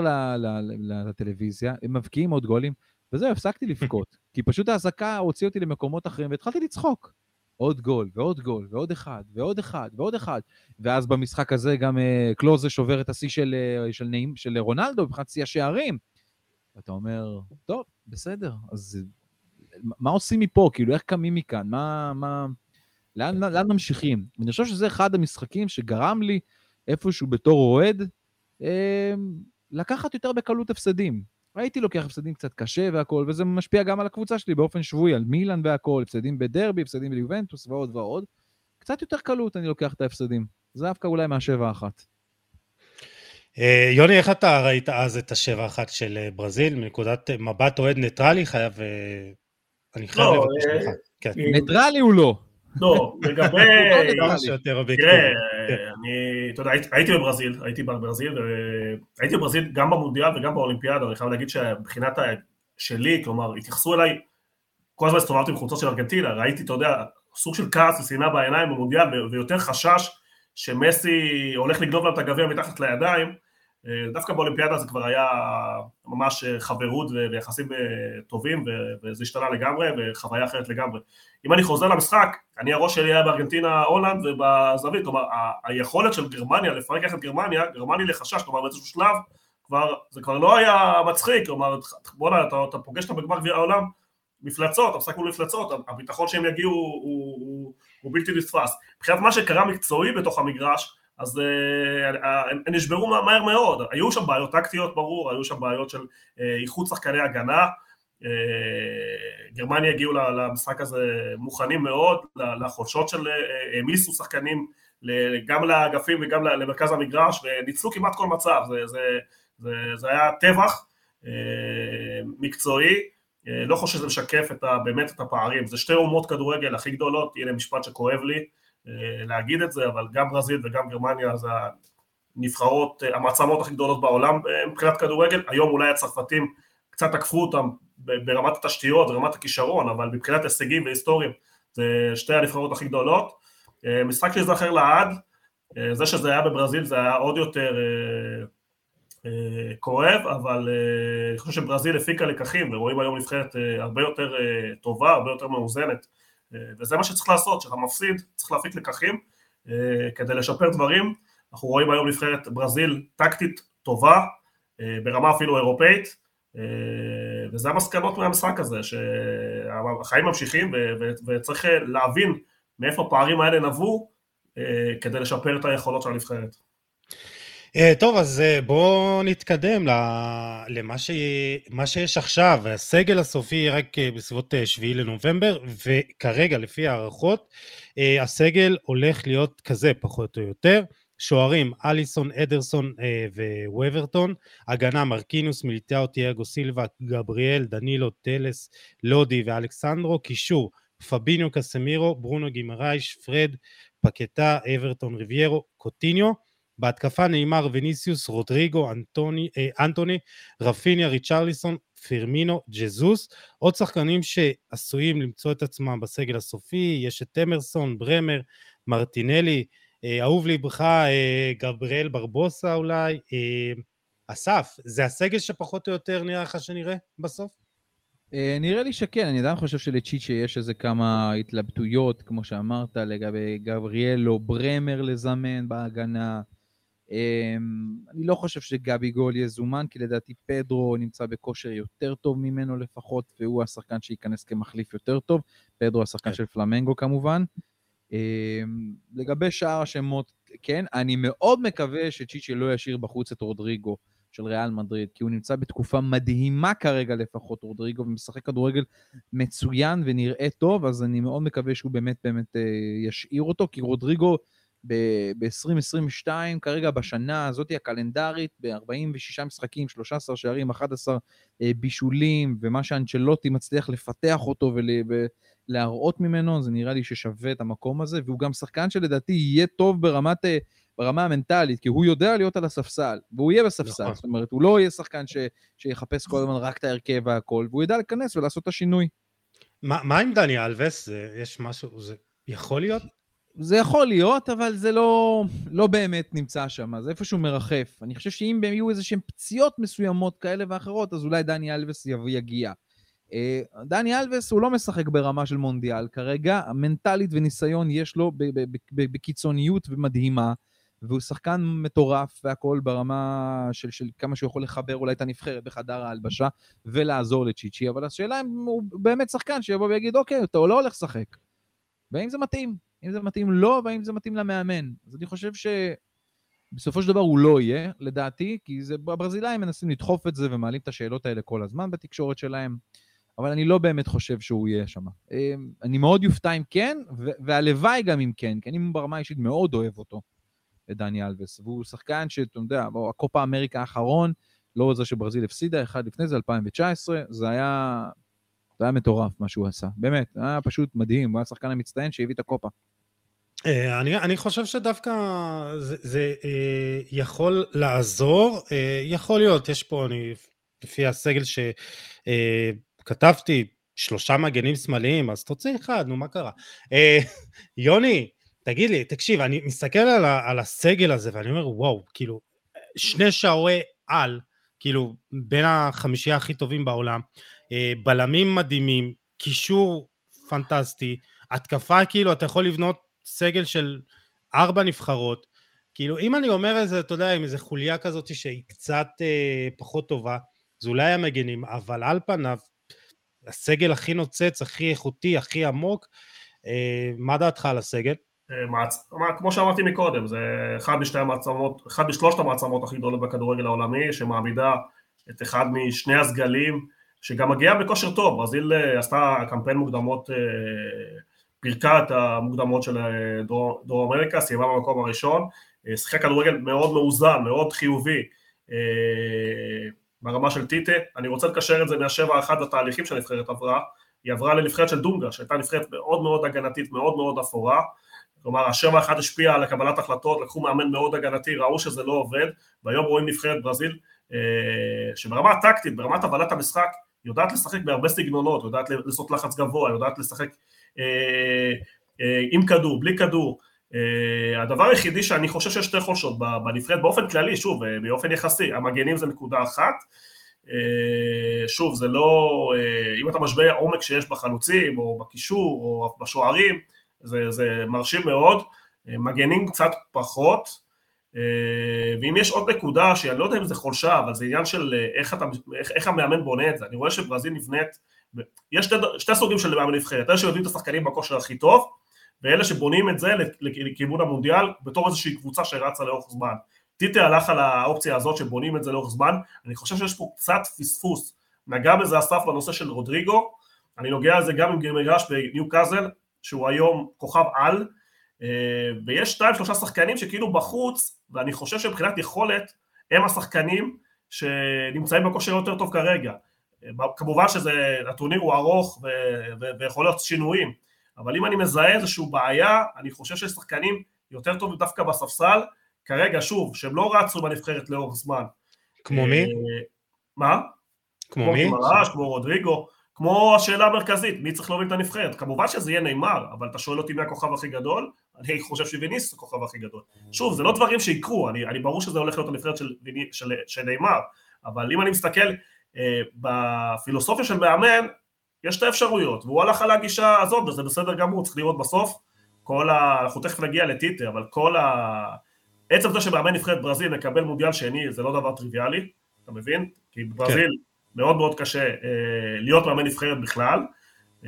Speaker 2: לטלוויזיה, הם מבקיעים עוד גולים, וזהו, הפסקתי לפקוט. כי פשוט ההזקה הוציא אותי למקומות אחרים, והתחלתי לצחוק. עוד גול, ועוד גול, ועוד אחד, ועוד אחד, ועוד אחד. ואז במשחק הזה גם קלוזה שובר את השיא של, של, נעים, של רונלדו, מבחינת שיא השערים. ואתה אומר, טוב, בסדר, אז... מה עושים מפה? כאילו, איך קמים מכאן? מה, מה, לאן, לאן ממשיכים? ואני חושב שזה אחד המשחקים שגרם לי איפשהו בתור אוהד, אה, לקחת יותר בקלות הפסדים. הייתי לוקח הפסדים קצת קשה והכל, וזה משפיע גם על הקבוצה שלי באופן שבועי, על מילאן והכל, הפסדים בדרבי, הפסדים ביובנטוס ועוד ועוד. קצת יותר קלות אני לוקח את ההפסדים. זה דווקא אולי מהשבע אחת.
Speaker 1: יוני, איך אתה ראית אז את השבע אחת של ברזיל? מנקודת מבט אוהד ניטרלי, חייב אני חייב
Speaker 3: לא,
Speaker 1: לבקש
Speaker 3: אה,
Speaker 1: ממך. כן.
Speaker 3: אה,
Speaker 2: ניטרלי הוא לא.
Speaker 3: לא, לגבי...
Speaker 1: כמה שיותר אובייקטיבי.
Speaker 3: תראה,
Speaker 1: כן.
Speaker 3: אני, אתה יודע, הייתי- הייתי בברזיל, הייתי בברזיל, והייתי בברזיל גם במונדיאל וגם באולימפיאדה, אני חייב להגיד שבחינת ה- שלי, כלומר, התייחסו אליי, כל הזמן הסתובבתי עם חולצות של ארגנטינה, ראיתי, אתה יודע, סוג של כעס ושנאה בעיניים במונדיאל, ויותר חשש שמסי הולך לגנוב להם את הגביע מתחת לידיים, דווקא באולימפיאדה זה כבר היה ממש חברות ויחסים טובים, וזה השתנה לגמרי, וחוויה אחרת לגמרי. אם אני חוזר למשחק, אני הראש שלי היה בארגנטינה, הולנד ובזווית, כלומר, היכולת של גרמניה, לפרק איך את גרמניה, גרמני לחשש, כלומר, באיזשהו שלב, כבר, זה כבר לא היה מצחיק, כלומר, בוא'נה, אתה, אתה פוגש אותם בגמר גביע העולם, מפלצות, המשחק מול מפלצות, הביטחון שהם יגיעו הוא, הוא, הוא, הוא בלתי נתפס. מבחינת מה שקרה מקצועי בתוך המגרש, אז uh, הם נשברו מהר מאוד, היו שם בעיות טקטיות ברור, היו שם בעיות של uh, איחוד שחקני הגנה, uh, גרמניה הגיעו למשחק הזה מוכנים מאוד, לחולשות של העמיסו uh, שחקנים, גם לאגפים וגם למרכז המגרש, וניצלו כמעט כל מצב, זה, זה, זה, זה היה טבח uh, מקצועי, uh, לא חושב שזה משקף את ה, באמת את הפערים, זה שתי אומות כדורגל הכי גדולות, הנה משפט שכואב לי, להגיד את זה, אבל גם ברזיל וגם גרמניה זה הנבחרות, המעצמות הכי גדולות בעולם מבחינת כדורגל, היום אולי הצרפתים קצת עקפו אותם ברמת התשתיות, ברמת הכישרון, אבל מבחינת הישגים והיסטוריים, זה שתי הנבחרות הכי גדולות, משחק שיזכר לעד, זה שזה היה בברזיל זה היה עוד יותר כואב, אבל אני חושב שברזיל הפיקה לקחים, ורואים היום נבחרת הרבה יותר טובה, הרבה יותר מאוזנת, וזה מה שצריך לעשות, שאתה מפסיד, צריך להפיק לקחים כדי לשפר דברים. אנחנו רואים היום נבחרת ברזיל טקטית טובה, ברמה אפילו אירופאית, וזה המסקנות מהמשחק הזה, שהחיים ממשיכים וצריך להבין מאיפה הפערים האלה נבעו כדי לשפר את היכולות של הנבחרת.
Speaker 1: טוב, אז בואו נתקדם למה ש... מה שיש עכשיו. הסגל הסופי רק בסביבות שביעי לנובמבר, וכרגע לפי הערכות, הסגל הולך להיות כזה פחות או יותר. שוערים, אליסון, אדרסון ווברטון, הגנה מרקינוס, מיליטאו, תיאגו סילבה, גבריאל, דנילו, טלס, לודי ואלכסנדרו, קישור, פביניו, קסמירו, ברונו גימרייש, פרד, פקטה, אברטון, ריביירו, קוטיניו, בהתקפה ניימר, וניסיוס, רודריגו, אנטוני, אה, אנטוני, רפיניה, ריצ'רליסון, פירמינו, ג'זוס, עוד שחקנים שעשויים למצוא את עצמם בסגל הסופי, יש את אמרסון, ברמר, מרטינלי, אה, אהוב ליבך, אה, גבריאל ברבוסה אולי, אה, אסף, זה הסגל שפחות או יותר נראה לך שנראה בסוף?
Speaker 2: נראה לי שכן, אני עדיין חושב שלצ'יצ'ה יש איזה כמה התלבטויות, כמו שאמרת, לגבי גבריאל או ברמר לזמן בהגנה. אני לא חושב שגבי גול יזומן, כי לדעתי פדרו נמצא בכושר יותר טוב ממנו לפחות, והוא השחקן שייכנס כמחליף יותר טוב, פדרו השחקן של פלמנגו כמובן. לגבי שאר השמות, כן, אני מאוד מקווה שצ'יצ'ה לא ישאיר בחוץ את רודריגו, של ריאל מדריד, כי הוא נמצא בתקופה מדהימה כרגע לפחות, רודריגו, ומשחק כדורגל מצוין ונראה טוב, אז אני מאוד מקווה שהוא באמת באמת ישאיר אותו, כי רודריגו ב-עשרים עשרים ושתיים, כרגע בשנה הזאת הקלנדרית, ב-ארבעים ושישה משחקים, שלושה עשר שערים, אחד עשר בישולים, ומה שאנצ'לוטי מצליח לפתח אותו ולהראות ממנו, זה נראה לי ששווה את המקום הזה, והוא גם שחקן שלדעתי יהיה טוב ברמת... ברמה המנטלית, כי הוא יודע להיות על הספסל, והוא יהיה בספסל, נכון. זאת אומרת, הוא לא יהיה שחקן ש... שיחפש כל הזמן רק את ההרכב והכל, והוא ידע להיכנס ולעשות את השינוי.
Speaker 1: מה, מה עם דני אלווס? יש משהו, זה יכול להיות?
Speaker 2: זה יכול להיות, אבל זה לא, לא באמת נמצא שם, זה איפשהו מרחף. אני חושב שאם יהיו איזה שהן פציעות מסוימות כאלה ואחרות, אז אולי דני אלווס יגיע. דני אלווס הוא לא משחק ברמה של מונדיאל כרגע, המנטלית וניסיון יש לו בקיצוניות ומדהימה, והוא שחקן מטורף והכל ברמה של, של כמה שהוא יכול לחבר אולי את הנבחרת בחדר ההלבשה ולעזור לצ'יצ'י, אבל השאלה אם הוא באמת שחקן שיבוא ויגיד, אוקיי, אתה לא הולך לשחק. והאם זה מתאים? אם זה מתאים לו, והאם זה מתאים למאמן. אז אני חושב שבסופו של דבר הוא לא יהיה, לדעתי, כי זה, הברזילאים מנסים לדחוף את זה ומעלים את השאלות האלה כל הזמן בתקשורת שלהם, אבל אני לא באמת חושב שהוא יהיה שם. אני מאוד יופתע אם כן, והלוואי גם אם כן, כי אני ברמה אישית מאוד אוהב אותו. דני אלווס, והוא שחקן שאתה יודע, הקופה אמריקה האחרון, לא זה שברזיל הפסידה, אחד לפני זה, אלפיים תשע עשרה, זה היה זה היה מטורף מה שהוא עשה, באמת, היה פשוט מדהים, הוא היה שחקן המצטיין שהביא את הקופה.
Speaker 1: אני, אני חושב שדווקא זה, זה יכול לעזור, יכול להיות, יש פה, אני, לפי הסגל שכתבתי, שלושה מגנים שמאליים, אז תוציא אחד, נו מה קרה? יוני, תגיד לי, תקשיב, אני מסתכל על, על הסגל הזה, ואני אומר, וואו, כאילו, שני שערי על, כאילו, בין החמישייה הכי טובים בעולם, בלמים מדהימים, קישור פנטסטי, התקפה, כאילו, אתה יכול לבנות סגל של ארבע נבחרות, כאילו, אם אני אומר איזה, אתה יודע, עם איזה חוליה כזאת שהיא קצת אה, פחות טובה, זה אולי המגנים, אבל על פניו, הסגל הכי נוצץ, הכי איכותי, הכי עמוק, אה, מה דעתך על הסגל?
Speaker 3: מעצ... כמו שאמרתי מקודם, זה אחד משתי המעצמות, אחד משלושת המעצמות הכי גדולות בכדורגל העולמי, שמעמידה את אחד משני הסגלים, שגם מגיע בכושר טוב. ברזיל עשתה קמפיין מוקדמות, פירקה את המוקדמות של דרום אמריקה, סיימה במקום הראשון, שיחקה כדורגל מאוד מאוזן, מאוד חיובי, ברמה של טיטה. אני רוצה לקשר את זה מהשבע אחד לתהליכים שהנבחרת עברה, היא עברה לנבחרת של דונגה, שהייתה נבחרת מאוד מאוד הגנתית, מאוד מאוד אפורה, כלומר, השבע אחד השפיע על קבלת החלטות, לקחו מאמן מאוד הגנתי, ראו שזה לא עובד, והיום רואים נבחרת ברזיל, שברמה הטקטית, ברמת הבנת המשחק, יודעת לשחק בהרבה סגנונות, יודעת לעשות לחץ גבוה, יודעת לשחק עם כדור, בלי כדור. הדבר היחידי שאני חושב שיש שתי חולשות בנבחרת, באופן כללי, שוב, באופן יחסי, המגנים זה נקודה אחת, שוב, זה לא, אם אתה משווה עומק שיש בחלוצים, או בקישור, או בשוערים, זה, זה מרשים מאוד, מגנים קצת פחות, ואם יש עוד נקודה, שאני לא יודע אם זה חולשה, אבל זה עניין של איך, אתה, איך, איך המאמן בונה את זה. אני רואה שברזיל נבנית, יש שתי, שתי סוגים של מאמן נבחרת, אלה שיודעים את השחקנים בכושר הכי טוב, ואלה שבונים את זה לכיוון המונדיאל, בתור איזושהי קבוצה שרצה לאורך זמן. טיטה הלך על האופציה הזאת שבונים את זה לאורך זמן, אני חושב שיש פה קצת פספוס, נגע בזה אסף בנושא של רודריגו, אני נוגע על זה גם עם מגרש בניו קאזל, שהוא היום כוכב על, ויש שתיים שלושה שחקנים שכאילו בחוץ, ואני חושב שבחינת יכולת, הם השחקנים שנמצאים בכושר יותר טוב כרגע. כמובן שהטורניר הוא ארוך ויכול להיות שינויים, אבל אם אני מזהה איזושהי בעיה, אני חושב שיש שחקנים יותר טוב דווקא בספסל, כרגע שוב, שהם לא רצו בנבחרת לאורך זמן.
Speaker 1: כמו מי?
Speaker 3: מה?
Speaker 1: כמו מי?
Speaker 3: כמו מרש, כמו רודריגו, כמו השאלה המרכזית, מי צריך להוביל את הנבחרת? כמובן שזה יהיה נאמר, אבל אתה שואל אותי מי הכוכב הכי גדול, אני חושב שוויניס הכוכב הכי גדול. שוב, זה לא דברים שיקרו, אני, אני ברור שזה הולך להיות הנבחרת של, של, של נאמר, אבל אם אני מסתכל אה, בפילוסופיה של מאמן, יש את האפשרויות, והוא הלך על הגישה הזאת, וזה בסדר גמור, צריך לראות בסוף, כל ה... אנחנו תכף נגיע לטיטה, אבל כל ה... עצם זה שמאמן נבחרת ברזיל מקבל מונדיאל שני, זה לא דבר טריוויאלי, אתה מבין? כי ברזיל כן. מאוד מאוד קשה אה, להיות מאמן נבחרת בכלל, אה,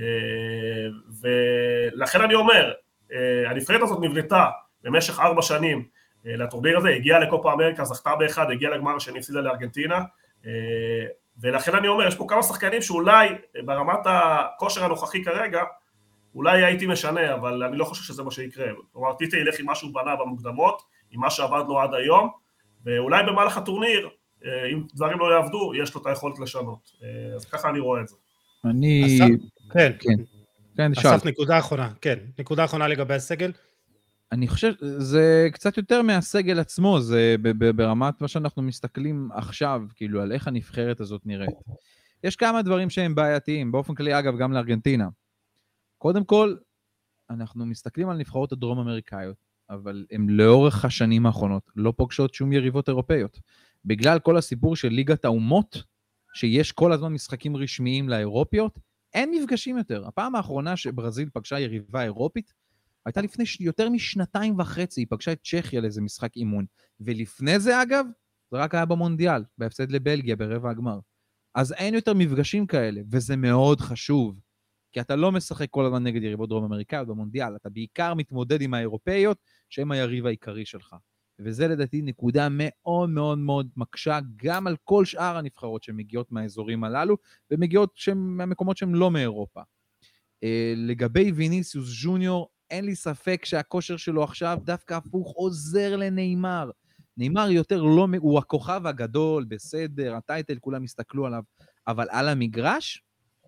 Speaker 3: ולכן אני אומר, אה, הנבחרת הזאת נבנתה במשך ארבע שנים אה, לטורניר הזה, הגיעה לקופה אמריקה, זכתה באחד, הגיעה לגמר השני, הפסידה לארגנטינה, אה, ולכן אני אומר, יש פה כמה שחקנים שאולי ברמת הכושר הנוכחי כרגע, אולי הייתי משנה, אבל אני לא חושב שזה מה שיקרה. כלומר, טיטה ילך עם מה שהוא בנה במוקדמות, עם מה שעבד לו עד היום, ואולי במהלך הטורניר, אם דברים לא יעבדו, יש לו את היכולת לשנות. אז ככה אני רואה את זה.
Speaker 2: אני...
Speaker 1: כן,
Speaker 2: כן. כן,
Speaker 1: אסף, נקודה אחרונה. כן, נקודה אחרונה לגבי הסגל.
Speaker 2: אני חושב, זה קצת יותר מהסגל עצמו, זה ברמת מה שאנחנו מסתכלים עכשיו, כאילו, על איך הנבחרת הזאת נראית. יש כמה דברים שהם בעייתיים, באופן כללי, אגב, גם לארגנטינה. קודם כל, אנחנו מסתכלים על נבחרות הדרום אמריקאיות, אבל הן לאורך השנים האחרונות לא פוגשות שום יריבות אירופאיות. בגלל כל הסיפור של ליגת האומות, שיש כל הזמן משחקים רשמיים לאירופיות, אין מפגשים יותר. הפעם האחרונה שברזיל פגשה יריבה אירופית, הייתה לפני יותר משנתיים וחצי, היא פגשה את צ'כיה לאיזה משחק אימון. ולפני זה, אגב, זה רק היה במונדיאל, בהפסד לבלגיה ברבע הגמר. אז אין יותר מפגשים כאלה, וזה מאוד חשוב. כי אתה לא משחק כל הזמן נגד יריבות דרום אמריקאיות במונדיאל, אתה בעיקר מתמודד עם האירופאיות, שהם היריב העיקרי שלך. וזה לדעתי נקודה מאוד מאוד מאוד מקשה, גם על כל שאר הנבחרות שמגיעות מהאזורים הללו, ומגיעות מהמקומות שהם לא מאירופה. לגבי ויניסיוס ג'וניור, אין לי ספק שהכושר שלו עכשיו דווקא הפוך עוזר לנאמר. נאמר יותר לא, הוא הכוכב הגדול, בסדר, הטייטל, כולם הסתכלו עליו, אבל על המגרש,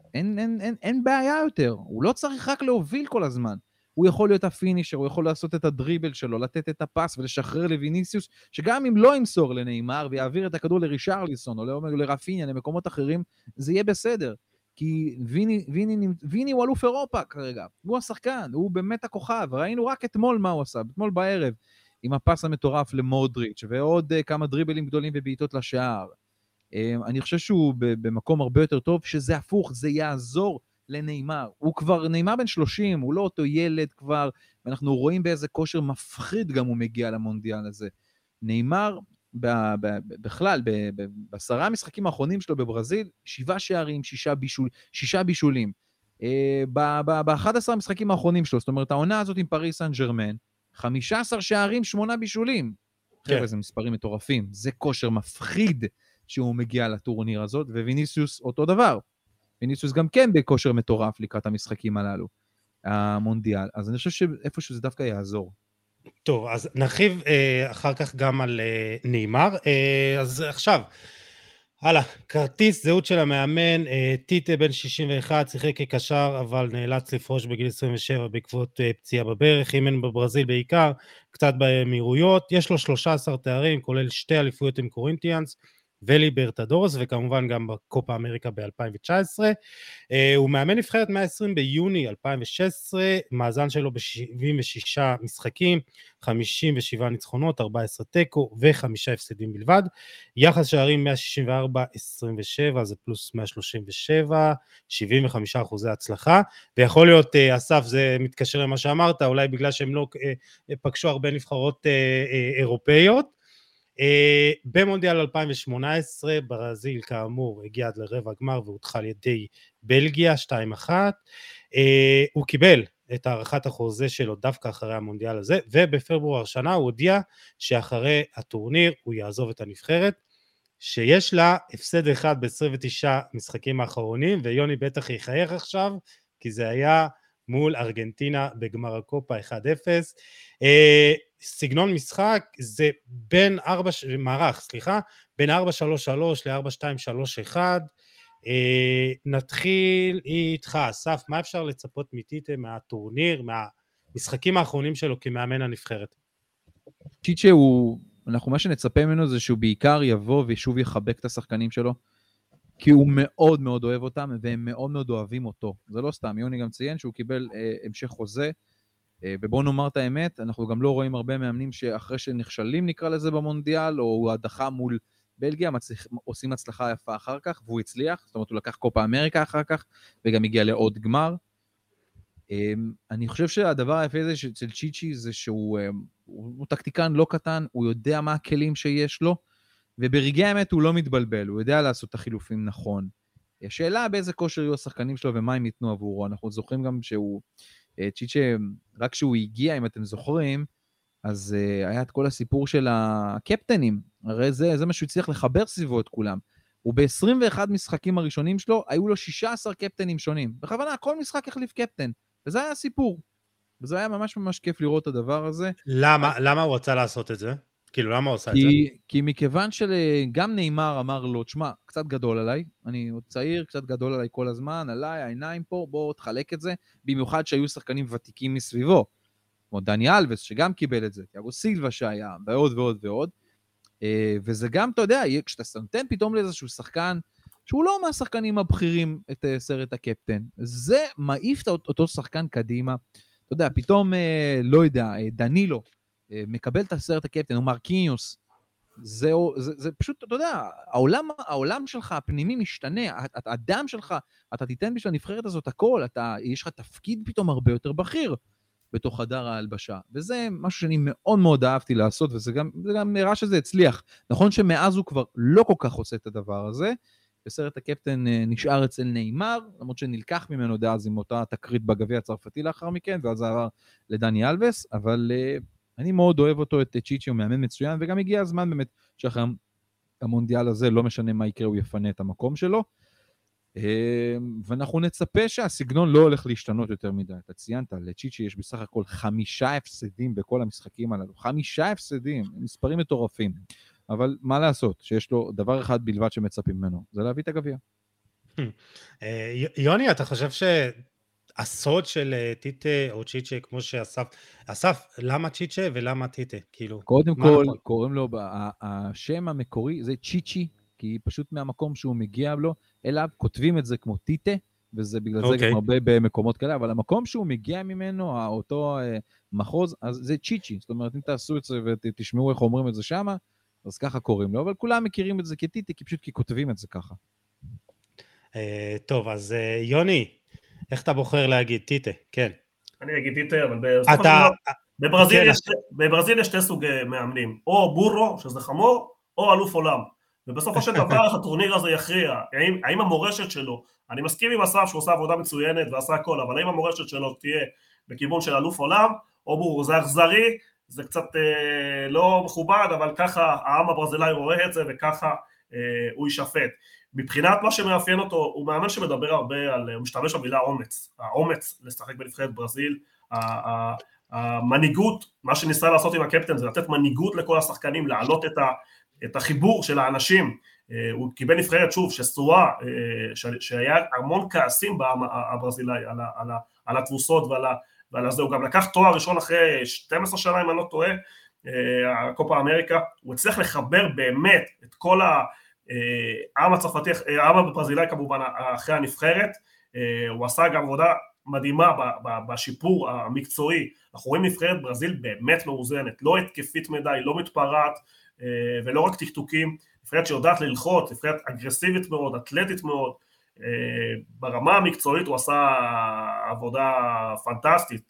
Speaker 2: אין, אין, אין, אין בעיה יותר, הוא לא צריך רק להוביל כל הזמן. הוא יכול להיות הפינישר, הוא יכול לעשות את הדריבל שלו, לתת את הפס ולשחרר לויניסיוס, שגם אם לא ימסור לניימר ויעביר את הכדור לרישרליסון או לרפיניה, למקומות אחרים, זה יהיה בסדר. כי ויני, ויני, ויני הוא אלוף אירופה כרגע, הוא השחקן, הוא באמת הכוכב, ראינו רק אתמול מה הוא עשה, אתמול בערב, עם הפס המטורף למודריץ' ועוד כמה דריבלים גדולים ובעיטות לשער. אני חושב שהוא במקום הרבה יותר טוב, שזה הפוך, זה יעזור לניימר. הוא כבר, ניימר בן שלושים, הוא לא אותו ילד כבר, ואנחנו רואים באיזה כושר מפחיד גם הוא מגיע למונדיאל הזה. ניימר, ב- ב- בכלל, ב- ב- בעשרה המשחקים האחרונים שלו בברזיל, שבעה שערים, שישה, בישול, שישה בישולים. ב-אחד עשר המשחקים האחרונים שלו, זאת אומרת, העונה הזאת עם פריס סן ז'רמן, חמישה עשר שערים, שמונה בישולים. חבר'ה, זה מספרים מטורפים. זה כושר מפחיד שהוא מגיע לטורניר הזאת, וויניסיוס אותו דבר. ויניסיוס גם כן בכושר מטורף לקראת המשחקים הללו, המונדיאל. אז אני חושב שאיפשהו זה דווקא יעזור.
Speaker 1: טוב, אז נרחיב אה, אחר כך גם על אה, ניימר. אה, אז עכשיו, הלאה, כרטיס זהות של המאמן, אה, טיטה בן שישים ואחת, שיחק כקשר, אבל נאלץ לפרוש בגיל עשרים ושבע בעקבות אה, פציעה בברך, אימן בברזיל בעיקר, קצת באמירויות, יש לו שלושה עשר תארים, כולל שתי אליפויות עם קורינטיאנס, וליברטדורס, וכמובן גם בקופה אמריקה ב-אלפיים תשע עשרה. Uh, הוא מאמן נבחרת מאה ועשרים ביוני אלפיים ושש עשרה, מאזן שלו ב-שבעים ושישה משחקים, חמישים ושבעה ניצחונות, ארבע עשרה תיקו וחמישה הפסדים בלבד. יחס שערים מאה שישים וארבע עשרים ושבע, זה פלוס מאה שלושים ושבע, שבעים וחמישה אחוזי הצלחה. ויכול להיות, uh, אסף, זה מתקשר למה שאמרת, אולי בגלל שהם לא uh, פגשו הרבה נבחרות uh, uh, אירופאיות. Uh, במונדיאל אלפיים שמונה עשרה ברזיל כאמור הגיע עד לרבע הגמר והודחה על ידי בלגיה שתיים אחת. uh, הוא קיבל את הערכת החוזה שלו דווקא אחרי המונדיאל הזה, ובפברואר שנה הוא הודיע שאחרי הטורניר הוא יעזוב את הנבחרת, שיש לה הפסד אחד ב-עשרים ותשעה משחקים האחרונים, ויוני בטח יחייך עכשיו כי זה היה מול ארגנטינה בגמר הקופה אחד אפס. uh, סגנון משחק זה בין ארבע, מערך, סליחה, בין ארבע שלוש שלוש ל-ארבע שתיים שלוש אחת. אה, נתחיל איתך, אסף, מה אפשר לצפות מטיטה מהטורניר, מהמשחקים האחרונים שלו כמאמן הנבחרת?
Speaker 2: טיטה הוא, אנחנו מה שנצפה ממנו זה שהוא בעיקר יבוא ושוב יחבק את השחקנים שלו, כי הוא מאוד מאוד אוהב אותם, והם מאוד מאוד אוהבים אותו. זה לא סתם, יוני גם ציין שהוא קיבל אה, המשך חוזה, ובואו נאמר את האמת, אנחנו גם לא רואים הרבה מאמנים שאחרי שנכשלים נקרא לזה במונדיאל, או הדחה מול בלגיה, מצליח, עושים הצלחה יפה אחר כך, והוא הצליח, זאת אומרת הוא לקח קופה אמריקה אחר כך, וגם הגיע לעוד גמר. אני חושב שהדבר היפה הזה של צ'יצ'י זה שהוא הוא, הוא טקטיקן לא קטן, הוא יודע מה הכלים שיש לו, וברגעי האמת הוא לא מתבלבל, הוא יודע לעשות את החילופים נכון. השאלה באיזה כושר יהיו השחקנים שלו ומה הם ייתנו עבורו, אנחנו זוכרים גם שהוא צ'יצ'ה, רק כשהוא הגיע, אם אתם זוכרים, אז uh, היה את כל הסיפור של הקפטנים, הרי זה, זה מה שהוא הצליח לחבר סביבו את כולם. הוא ב-עשרים ואחד משחקים הראשונים שלו, היו לו שישה עשר קפטנים שונים. בכוונה, כל משחק החליף קפטן, וזה היה הסיפור. וזה היה ממש ממש כיף לראות את הדבר הזה.
Speaker 1: למה, למה הוא רצה לעשות את זה? כאילו, למה הוא עושה
Speaker 2: כי,
Speaker 1: את זה?
Speaker 2: כי מכיוון שגם ניימר אמר לו, תשמע, קצת גדול עליי, אני עוד צעיר, קצת גדול עליי כל הזמן, עליי, העיניים פה, בוא תחלק את זה, במיוחד שהיו שחקנים ותיקים מסביבו, כמו דני אלבס, שגם קיבל את זה, תיאגו סילבה שהיה, ועוד ועוד ועוד, וזה גם, אתה יודע, כשאתה נותן פתאום לאיזשהו שחקן, שהוא לא מהשחקנים הבכירים את סרט הקפטן, זה מעיף את אותו שחקן קדימה, אתה יודע, פתאום, לא יודע, דנילו, מקבל את הסרט הקפטן, או מרקיניוס, זה, זה, זה פשוט, אתה יודע, העולם, העולם שלך, הפנימי משתנה, הדם שלך, אתה תיתן בשביל הנבחרת הזאת הכל, אתה, יש לך תפקיד פתאום הרבה יותר בכיר, בתוך חדר ההלבשה, וזה משהו שאני מאוד מאוד אהבתי לעשות, וזה גם, זה גם נראה שזה הצליח, נכון שמאז הוא כבר לא כל כך עושה את הדבר הזה, בסרט הקפטן נשאר אצל ניימר, למרות שנלקח ממנו דאז עם אותה תקרית בגביע הצרפתי לאחר מכן, ואז זה עבר לדני אלבס, אבל אני מאוד אוהב אותו, את צ'יצ'י, הוא מאמן מצוין, וגם הגיע הזמן באמת, שאחרי המונדיאל הזה, לא משנה מה יקרה, הוא יפנה את המקום שלו, ואנחנו נצפה שהסגנון לא הולך להשתנות יותר מדי. אתה ציינת, לצ'יצ'י יש בסך הכל חמישה הפסדים בכל המשחקים הללו, חמישה הפסדים, מספרים מטורפים, אבל מה לעשות, שיש לו דבר אחד בלבד שמצפים ממנו, זה להביא את הגביע.
Speaker 1: יוני, אתה חושב שהסוד של טיטה או צ'יצ'ה, כמו שאסף, אסף, למה צ'יצ'ה ולמה טיטה? כאילו,
Speaker 2: קודם
Speaker 1: מה
Speaker 2: כל,
Speaker 1: נכון?
Speaker 2: קוראים לו, השם המקורי זה צ'יצ'י, כי פשוט מהמקום שהוא מגיע לו, אליו כותבים את זה כמו טיטה, וזה בגלל זה
Speaker 1: אוקיי.
Speaker 2: גם הרבה במקומות כאלה, אבל המקום שהוא מגיע ממנו, אותו מחוז, אז זה צ'יצ'י. זאת אומרת, אם תעשו את זה ותשמעו איך אומרים את זה שמה, אז ככה קוראים לו, אבל כולם מכירים את זה כטיטה, כי פשוט כי כותבים את זה ככה.
Speaker 1: אה, טוב, אז אה, יוני, איך אתה בוחר להגיד? טיטה, כן.
Speaker 3: אני אגיד טיטה, אבל בסופו של
Speaker 1: אתה...
Speaker 3: דבר, בברזיל
Speaker 1: כן,
Speaker 3: יש, בברזיל יש שתי סוגי מאמנים, או בורו, שזה חמור, או אלוף עולם. ובסופו של דבר הטורניר הזה יכריע, האם, האם המורשת שלו, אני מסכים עם אסף שהוא עושה עבודה מצוינת ועשה הכל, אבל האם המורשת שלו תהיה בכיוון של אלוף עולם, או בורו, זה אכזרי, זה קצת אה, לא מכובד, אבל ככה העם הברזילאי רואה את זה, וככה אה, הוא יישפט. מבחינת מה שמאפיין אותו, הוא מאמן שמדבר הרבה על, הוא משתמש במילה אומץ, האומץ לשחק בנבחרת ברזיל, המנהיגות, מה שניסה לעשות עם הקפטן זה לתת מנהיגות לכל השחקנים, להעלות את, ה, את החיבור של האנשים, הוא קיבל נבחרת שוב שסועה, שהיה המון כעסים בעם הברזילאי על, על, על התבוסות ועל, ועל זה, הוא גם לקח תואר ראשון אחרי שתים עשרה שנה אם אני לא טועה, הקופה אמריקה, הוא הצליח לחבר באמת את כל ה... העם הצרפתי, העם הברזילאי כמובן אחרי הנבחרת, הוא עשה גם עבודה מדהימה בשיפור המקצועי, אנחנו רואים נבחרת ברזיל באמת מאוזנת, לא התקפית מדי, לא מתפרעת ולא רק טקטוקים, נבחרת שיודעת ללחוץ, נבחרת אגרסיבית מאוד, אתלטית מאוד, ברמה המקצועית הוא עשה עבודה פנטסטית,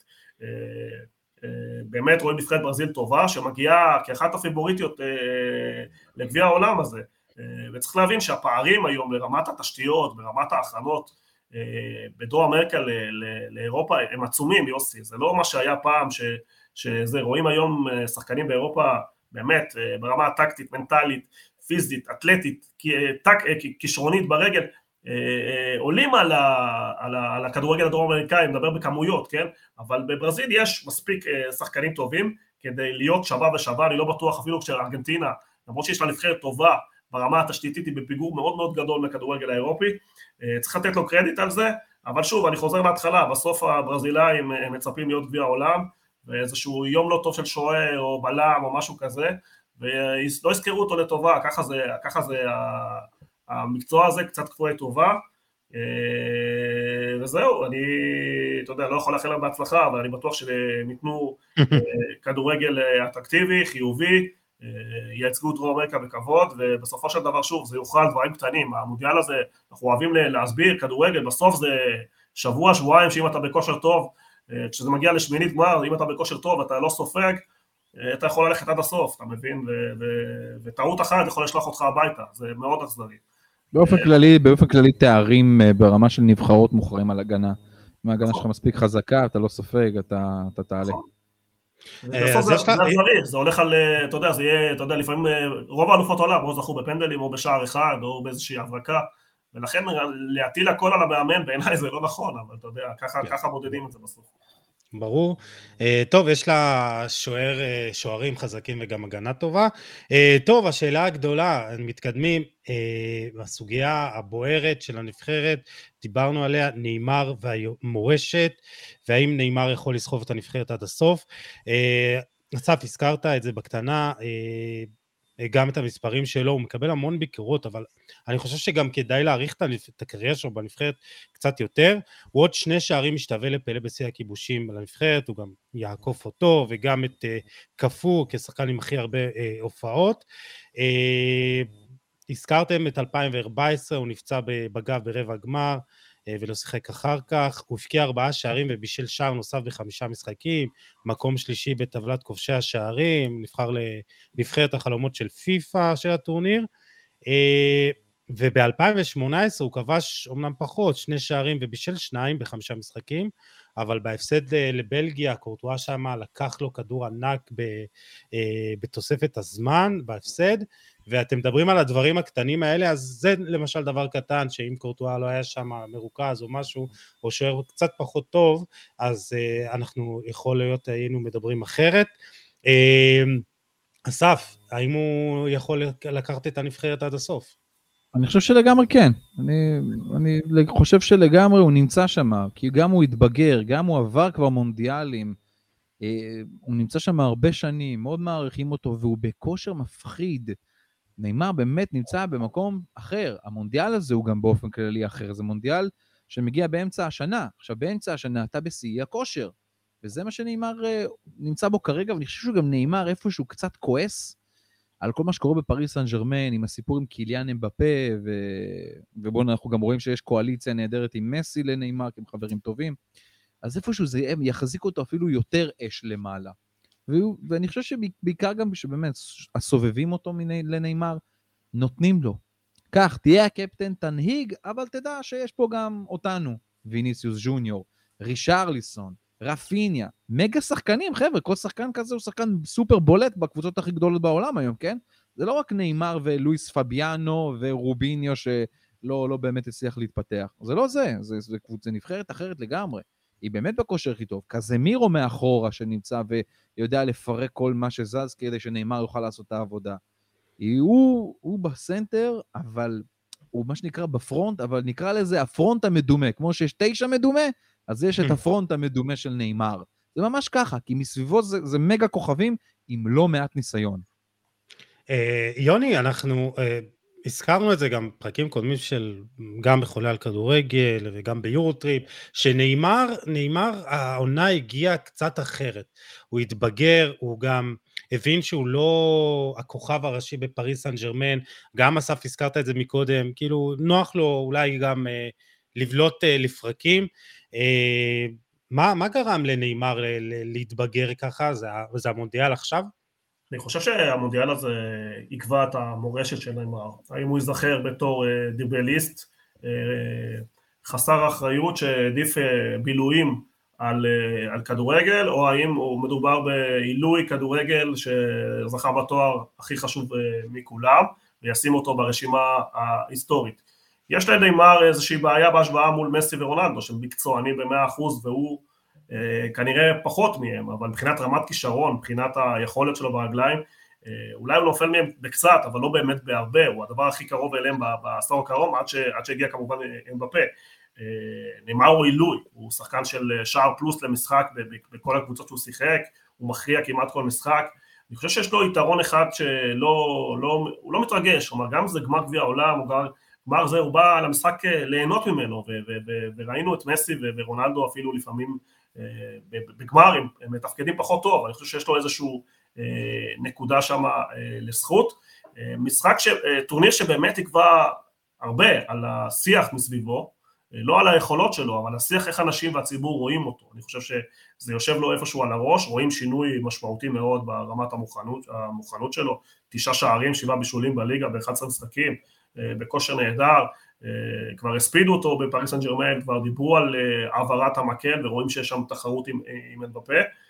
Speaker 3: באמת רואים נבחרת ברזיל טובה שמגיעה כאחת הפיבוריטיות לגביע העולם הזה, וצריך להבין שהפערים היום ברמת התשתיות, ברמת ההכנות בדרום אמריקה לאירופה הם עצומים, יוסי, זה לא מה שהיה פעם ש, שזה, רואים היום שחקנים באירופה באמת ברמה הטקטית, מנטלית, פיזית, אתלטית, טק, כישרונית ברגל, עולים על, ה, על, ה, על הכדורגל הדרום אמריקאי, מדבר בכמויות, כן? אבל בברזיל יש מספיק שחקנים טובים כדי להיות שווה ושווה, אני לא בטוח אפילו כשארגנטינה, למרות שיש לה נבחרת טובה, ברמה התשתיתית היא בפיגור מאוד מאוד גדול מכדורגל האירופי, צריך לתת לו קרדיט על זה, אבל שוב, אני חוזר להתחלה, בסוף הברזילאים מצפים להיות גביע העולם, ואיזשהו יום לא טוב של שוער או בלם או משהו כזה, ולא יזכרו אותו לטובה, ככה זה, ככה זה המקצוע הזה, קצת כפוי טובה, וזהו, אני, אתה יודע, לא יכול לאחל להם בהצלחה, אבל אני בטוח שניתנו כדורגל אטרקטיבי, חיובי, ייצגו דרום אמריקה בכבוד, ובסופו של דבר שוב זה יוכל דברים קטנים, המונדיאל הזה אנחנו אוהבים להסביר כדורגל, בסוף זה שבוע שבועיים שאם אתה בכושר טוב, כשזה מגיע לשמינית גמר, אם אתה בכושר טוב אתה לא סופג, אתה יכול ללכת עד הסוף, אתה מבין, וטעות אחת יכול לשלוח אותך הביתה, זה מאוד אכזרי.
Speaker 2: באופן כללי, באופן כללי תארים ברמה של נבחרות מוכרים על הגנה, אם ההגנה שלך מספיק חזקה, אתה לא סופג, אתה תעלה.
Speaker 3: בסוף זה אכזרי, זה הולך על, אתה יודע, זה יהיה, אתה יודע, לפעמים רוב האלופות עולם, או זכו בפנדלים, או בשער אחד, או באיזושהי הברקה, ולכן להטיל הכל על המאמן, בעיניי זה לא נכון, אבל אתה יודע, ככה מודדים את זה בסוף.
Speaker 1: ברור. טוב, יש לה שוער, שוערים חזקים וגם הגנה טובה. טוב, השאלה הגדולה, מתקדמים, הסוגיה הבוערת של הנבחרת, דיברנו עליה, ניימר והמורשת, והאם ניימר יכול לסחוב את הנבחרת עד הסוף. אסף, הזכרת את זה בקטנה, גם את המספרים שלו, הוא מקבל המון ביקורות, אבל אני חושב שגם כדאי להעריך את הקריירה שלו בנבחרת קצת יותר, הוא עוד שני שערים משתווה לפלא בשיא הכיבושים לנבחרת, הוא גם יעקוף אותו, וגם את קפו כשחקן עם הכי הרבה הופעות. הזכרתם את אלפיים וארבע עשרה, הוא נפצע בגב ברבע הגמר, ולא שיחק אחר כך, הוא הפקיע ארבעה שערים ובישל שער נוסף בחמישה משחקים, מקום שלישי בטבלת כובשי השערים, נבחר לנבחרת החלומות של פיפה של הטורניר, וב-אלפיים ושמונה עשרה הוא כבש אומנם פחות, שני שערים ובישל שניים בחמישה משחקים, אבל בהפסד לבלגיה, קורטואה שמה לקח לו כדור ענק בתוספת הזמן, בהפסד, ואתם מדברים על הדברים הקטנים האלה, אז זה למשל דבר קטן, שאם קורטואה לא היה שם מרוכז או משהו, או שוער קצת פחות טוב, אז אנחנו יכול להיות, היינו מדברים אחרת. אסף, האם הוא יכול לקחת את הנבחרת עד הסוף?
Speaker 2: אני חושב שלגמרי כן, אני, אני חושב שלגמרי הוא נמצא שם, כי גם הוא התבגר, גם הוא עבר כבר מונדיאלים, הוא נמצא שם הרבה שנים, מאוד מעריכים אותו, והוא בכושר מפחיד. ניימר באמת נמצא במקום אחר, המונדיאל הזה הוא גם באופן כללי אחר, זה מונדיאל שמגיע באמצע השנה, עכשיו באמצע השנה אתה בשיא הכושר, וזה מה שניימר נמצא בו כרגע, ואני חושב שגם ניימר איפשהו קצת כועס, על כל מה שקורה בפריס סן ז'רמן, עם הסיפור עם קיליאן אמבפה, ו... ובואו אנחנו גם רואים שיש קואליציה נהדרת עם מסי לניימר, כי הם חברים טובים, אז איפשהו זה יחזיק אותו אפילו יותר אש למעלה. והוא... ואני חושב שבעיקר גם שבאמת הסובבים אותו לניימר, נותנים לו. כך, תהיה הקפטן, תנהיג, אבל תדע שיש פה גם אותנו, ויניסיוס ג'וניור, רישרליסון, רפיניה, מגה שחקנים, חבר'ה, כל שחקן כזה הוא שחקן סופר בולט בקבוצות הכי גדולות בעולם היום, כן? זה לא רק ניימר ולואיס פביאנו ורובינio שלא לא באמת הצליח להתפתח. זה לא זה, זה, זה קבוצה נבחרת אחרת לגמרי. היא באמת בכושר הכי טוב. קזמירו מאחורה שנמצא ויודע לפרק כל מה שזז כדי שניימר יוכל לעשות את העבודה. הוא, הוא בסנטר, אבל הוא מה שנקרא בפרונט, אבל נקרא לזה הפרונט המדומה. כמו שיש תשע מדומה, אז יש את הפרונט המדומה של ניימר. זה ממש ככה, כי מסביבו זה, זה מגה כוכבים עם לא מעט ניסיון.
Speaker 1: יוני, אנחנו הזכרנו את זה גם פרקים קודמים של גם בחולה על כדורגל וגם ביורוטריפ, שניימר, ניימר העונה הגיעה קצת אחרת. הוא התבגר, הוא גם הבין שהוא לא הכוכב הראשי בפריס סן ז'רמן, גם אסף הזכרת את זה מקודם, כאילו נוח לו אולי גם לבלוט לפרקים. מה, מה גרם לניימר להתבגר ככה? זה, זה המונדיאל עכשיו?
Speaker 3: אני חושב שהמונדיאל הזה יקבע את המורשת של ניימר. האם הוא ייזכר בתור דיבליסט, חסר אחריות שעדיף בילויים על, על כדורגל, או האם הוא מדובר בעילוי כדורגל שזכה בתואר הכי חשוב מכולם, וישים אותו ברשימה ההיסטורית. יש לניימר איזושהי בעיה בהשוואה מול מסי ורונלדו, שהם מקצוענים ב-מאה אחוז, והוא אה, כנראה פחות מהם, אבל מבחינת רמת כישרון, מבחינת היכולת שלו ברגליים, אה, אולי הוא נופל מהם בקצת, אבל לא באמת בהרבה, הוא הדבר הכי קרוב אליהם בעשור הקרוב, עד, ש, עד שהגיע כמובן אמבפה. אה, ניימר הוא עילוי, הוא שחקן של שער פלוס למשחק בכל הקבוצות שהוא שיחק, הוא מכריע כמעט כל משחק, אני חושב שיש לו יתרון אחד שלא, לא, הוא לא מתרגש, כלומר גם זה גמר גביע העולם, הוא גם גמר זה, הוא בא למשחק ליהנות ממנו, וראינו את מסי ורונלדו אפילו לפעמים בגמרים, הם מתפקדים פחות טוב, אני חושב שיש לו איזשהו נקודה שם לזכות, משחק, טורניר שבאמת יקבע הרבה על השיח מסביבו, לא על היכולות שלו, אבל השיח איך אנשים והציבור רואים אותו, אני חושב שזה יושב לו איפשהו על הראש, רואים שינוי משמעותי מאוד ברמת המוכנות, המוכנות שלו, תשעה שערים, שבעה בישולים בליגה, ב-אחד עשר משחקים, בכושר נהדר, כבר הספידו אותו בפריס סן ז'רמן, כבר דיברו על העברת המקל, ורואים שיש שם תחרות עם, עם אמבפה,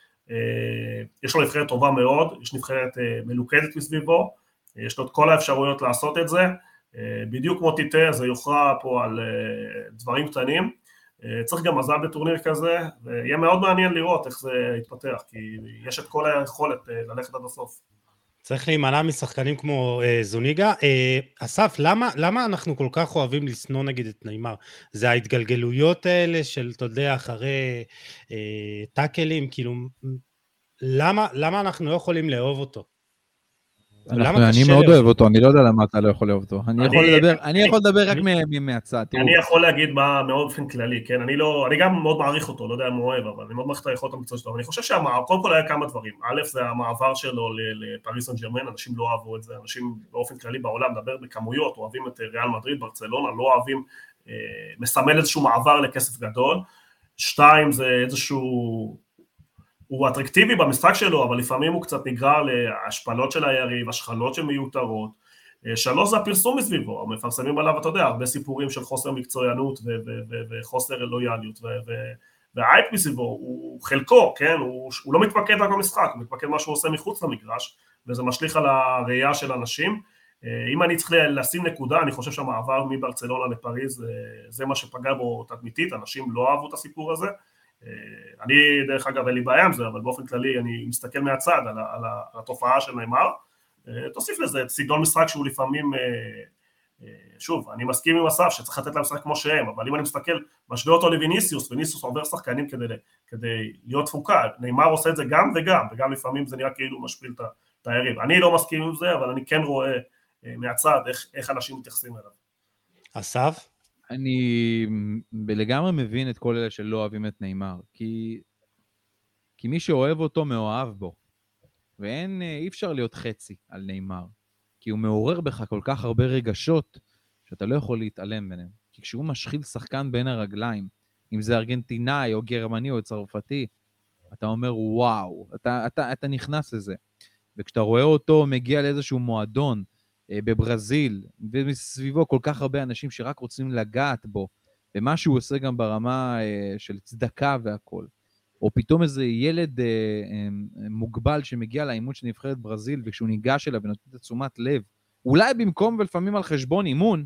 Speaker 3: יש לו נבחרת טובה מאוד, יש נבחרת מלוכדת מסביבו, יש לו את כל האפשרויות לעשות את זה, בדיוק כמו טיטה, זה יוכרע פה על דברים קטנים, צריך גם מזל בטורניר כזה, ויהיה מאוד מעניין לראות איך זה יתפתח, כי יש את כל היכולת ללכת עד הסוף.
Speaker 1: צריך להימנע משחקנים כמו אה, זוניגה. אה, אסף, למה, למה אנחנו כל כך אוהבים לסנוע נגיד את ניימר? זה ההתגלגלויות האלה של, אתה יודע, אחרי אה, טאקלים, כאילו, למה, למה אנחנו לא יכולים לאהוב אותו?
Speaker 2: אנחנו, אני מאוד אוהב אותו, אני לא יודע למה אתה לא יכול לאהוב אותו. אני, אני יכול לדבר, אני יכול לדבר רק מהצד.
Speaker 3: אני יכול להגיד מה מאוד באופן כללי, כן? אני לא, אני גם מאוד מעריך אותו, לא יודע מה הוא אוהב, אבל אני מאוד מעריך את היכולת המקצועית שלו. אבל אני חושב שקודם כל היה כמה דברים. א', זה המעבר שלו לפריס סן ז'רמן, אנשים לא אהבו את זה, אנשים באופן כללי בעולם, מדבר בכמויות, אוהבים את ריאל מדריד, ברצלונה, לא אוהבים, מסמל איזשהו מעבר לכסף גדול. שתיים, זה איזשהו הוא אטרקטיבי במשחק שלו, אבל לפעמים הוא קצת נגרר להשפלות של היריב, השחלות שמיותרות. שלוש זה הפרסום מסביבו, מפרסמים עליו, אתה יודע, הרבה סיפורים של חוסר מקצוענות ו- ו- ו- וחוסר לויאליות, ו- ו- והאייפ מסביבו הוא חלקו, כן? הוא, הוא לא מתפקד רק במשחק, הוא מתפקד מה שהוא עושה מחוץ למגרש, וזה משליך על הראייה של אנשים. אם אני צריך לשים נקודה, אני חושב שהמעבר מברצלונה לפריז, זה מה שפגע בו תדמיתית, אנשים לא אהבו את הסיפור הזה, אני דרך אגב אין לי בעיה עם זה, אבל באופן כללי אני מסתכל מהצד על, על, על התופעה של ניימר, תוסיף לזה את סגנון משחק שהוא לפעמים שוב, אני מסכים עם אסף שצריך לתת להם לשחק כמו שהם, אבל אם אני מסתכל, משווה אותו לויניסיוס, ויניסיוס עובר שחקנים כדי, כדי להיות תפוקה, ניימר עושה את זה גם וגם, וגם לפעמים זה נראה כאילו משפיל את היריב. אני לא מסכים עם זה, אבל אני כן רואה מהצד איך, איך אנשים מתייחסים אליו.
Speaker 1: אסף?
Speaker 2: אני לגמרי מבין את כל אלה שלא אוהבים את ניימר, כי, כי מי שאוהב אותו מאוהב בו, ואין, אי אפשר להיות חצי על ניימר. כי הוא מעורר בך כל כך הרבה רגשות, שאתה לא יכול להתעלם ביניהם. כי כשהוא משחיל שחקן בין הרגליים, אם זה ארגנטינאי או גרמני או צרפתי, אתה אומר וואו, אתה, אתה, אתה נכנס לזה. וכשאתה רואה אותו מגיע לאיזשהו מועדון אה, בברזיל, ומסביבו כל כך הרבה אנשים שרק רוצים לגעת בו, ומה שהוא עושה גם ברמה אה, של צדקה והכל, או פתאום איזה ילד אה, אה, מוגבל שמגיע לאימון של נבחרת ברזיל, וכשהוא ניגש אליו ונותן את תשומת לב, אולי במקום ולפעמים על חשבון אימון,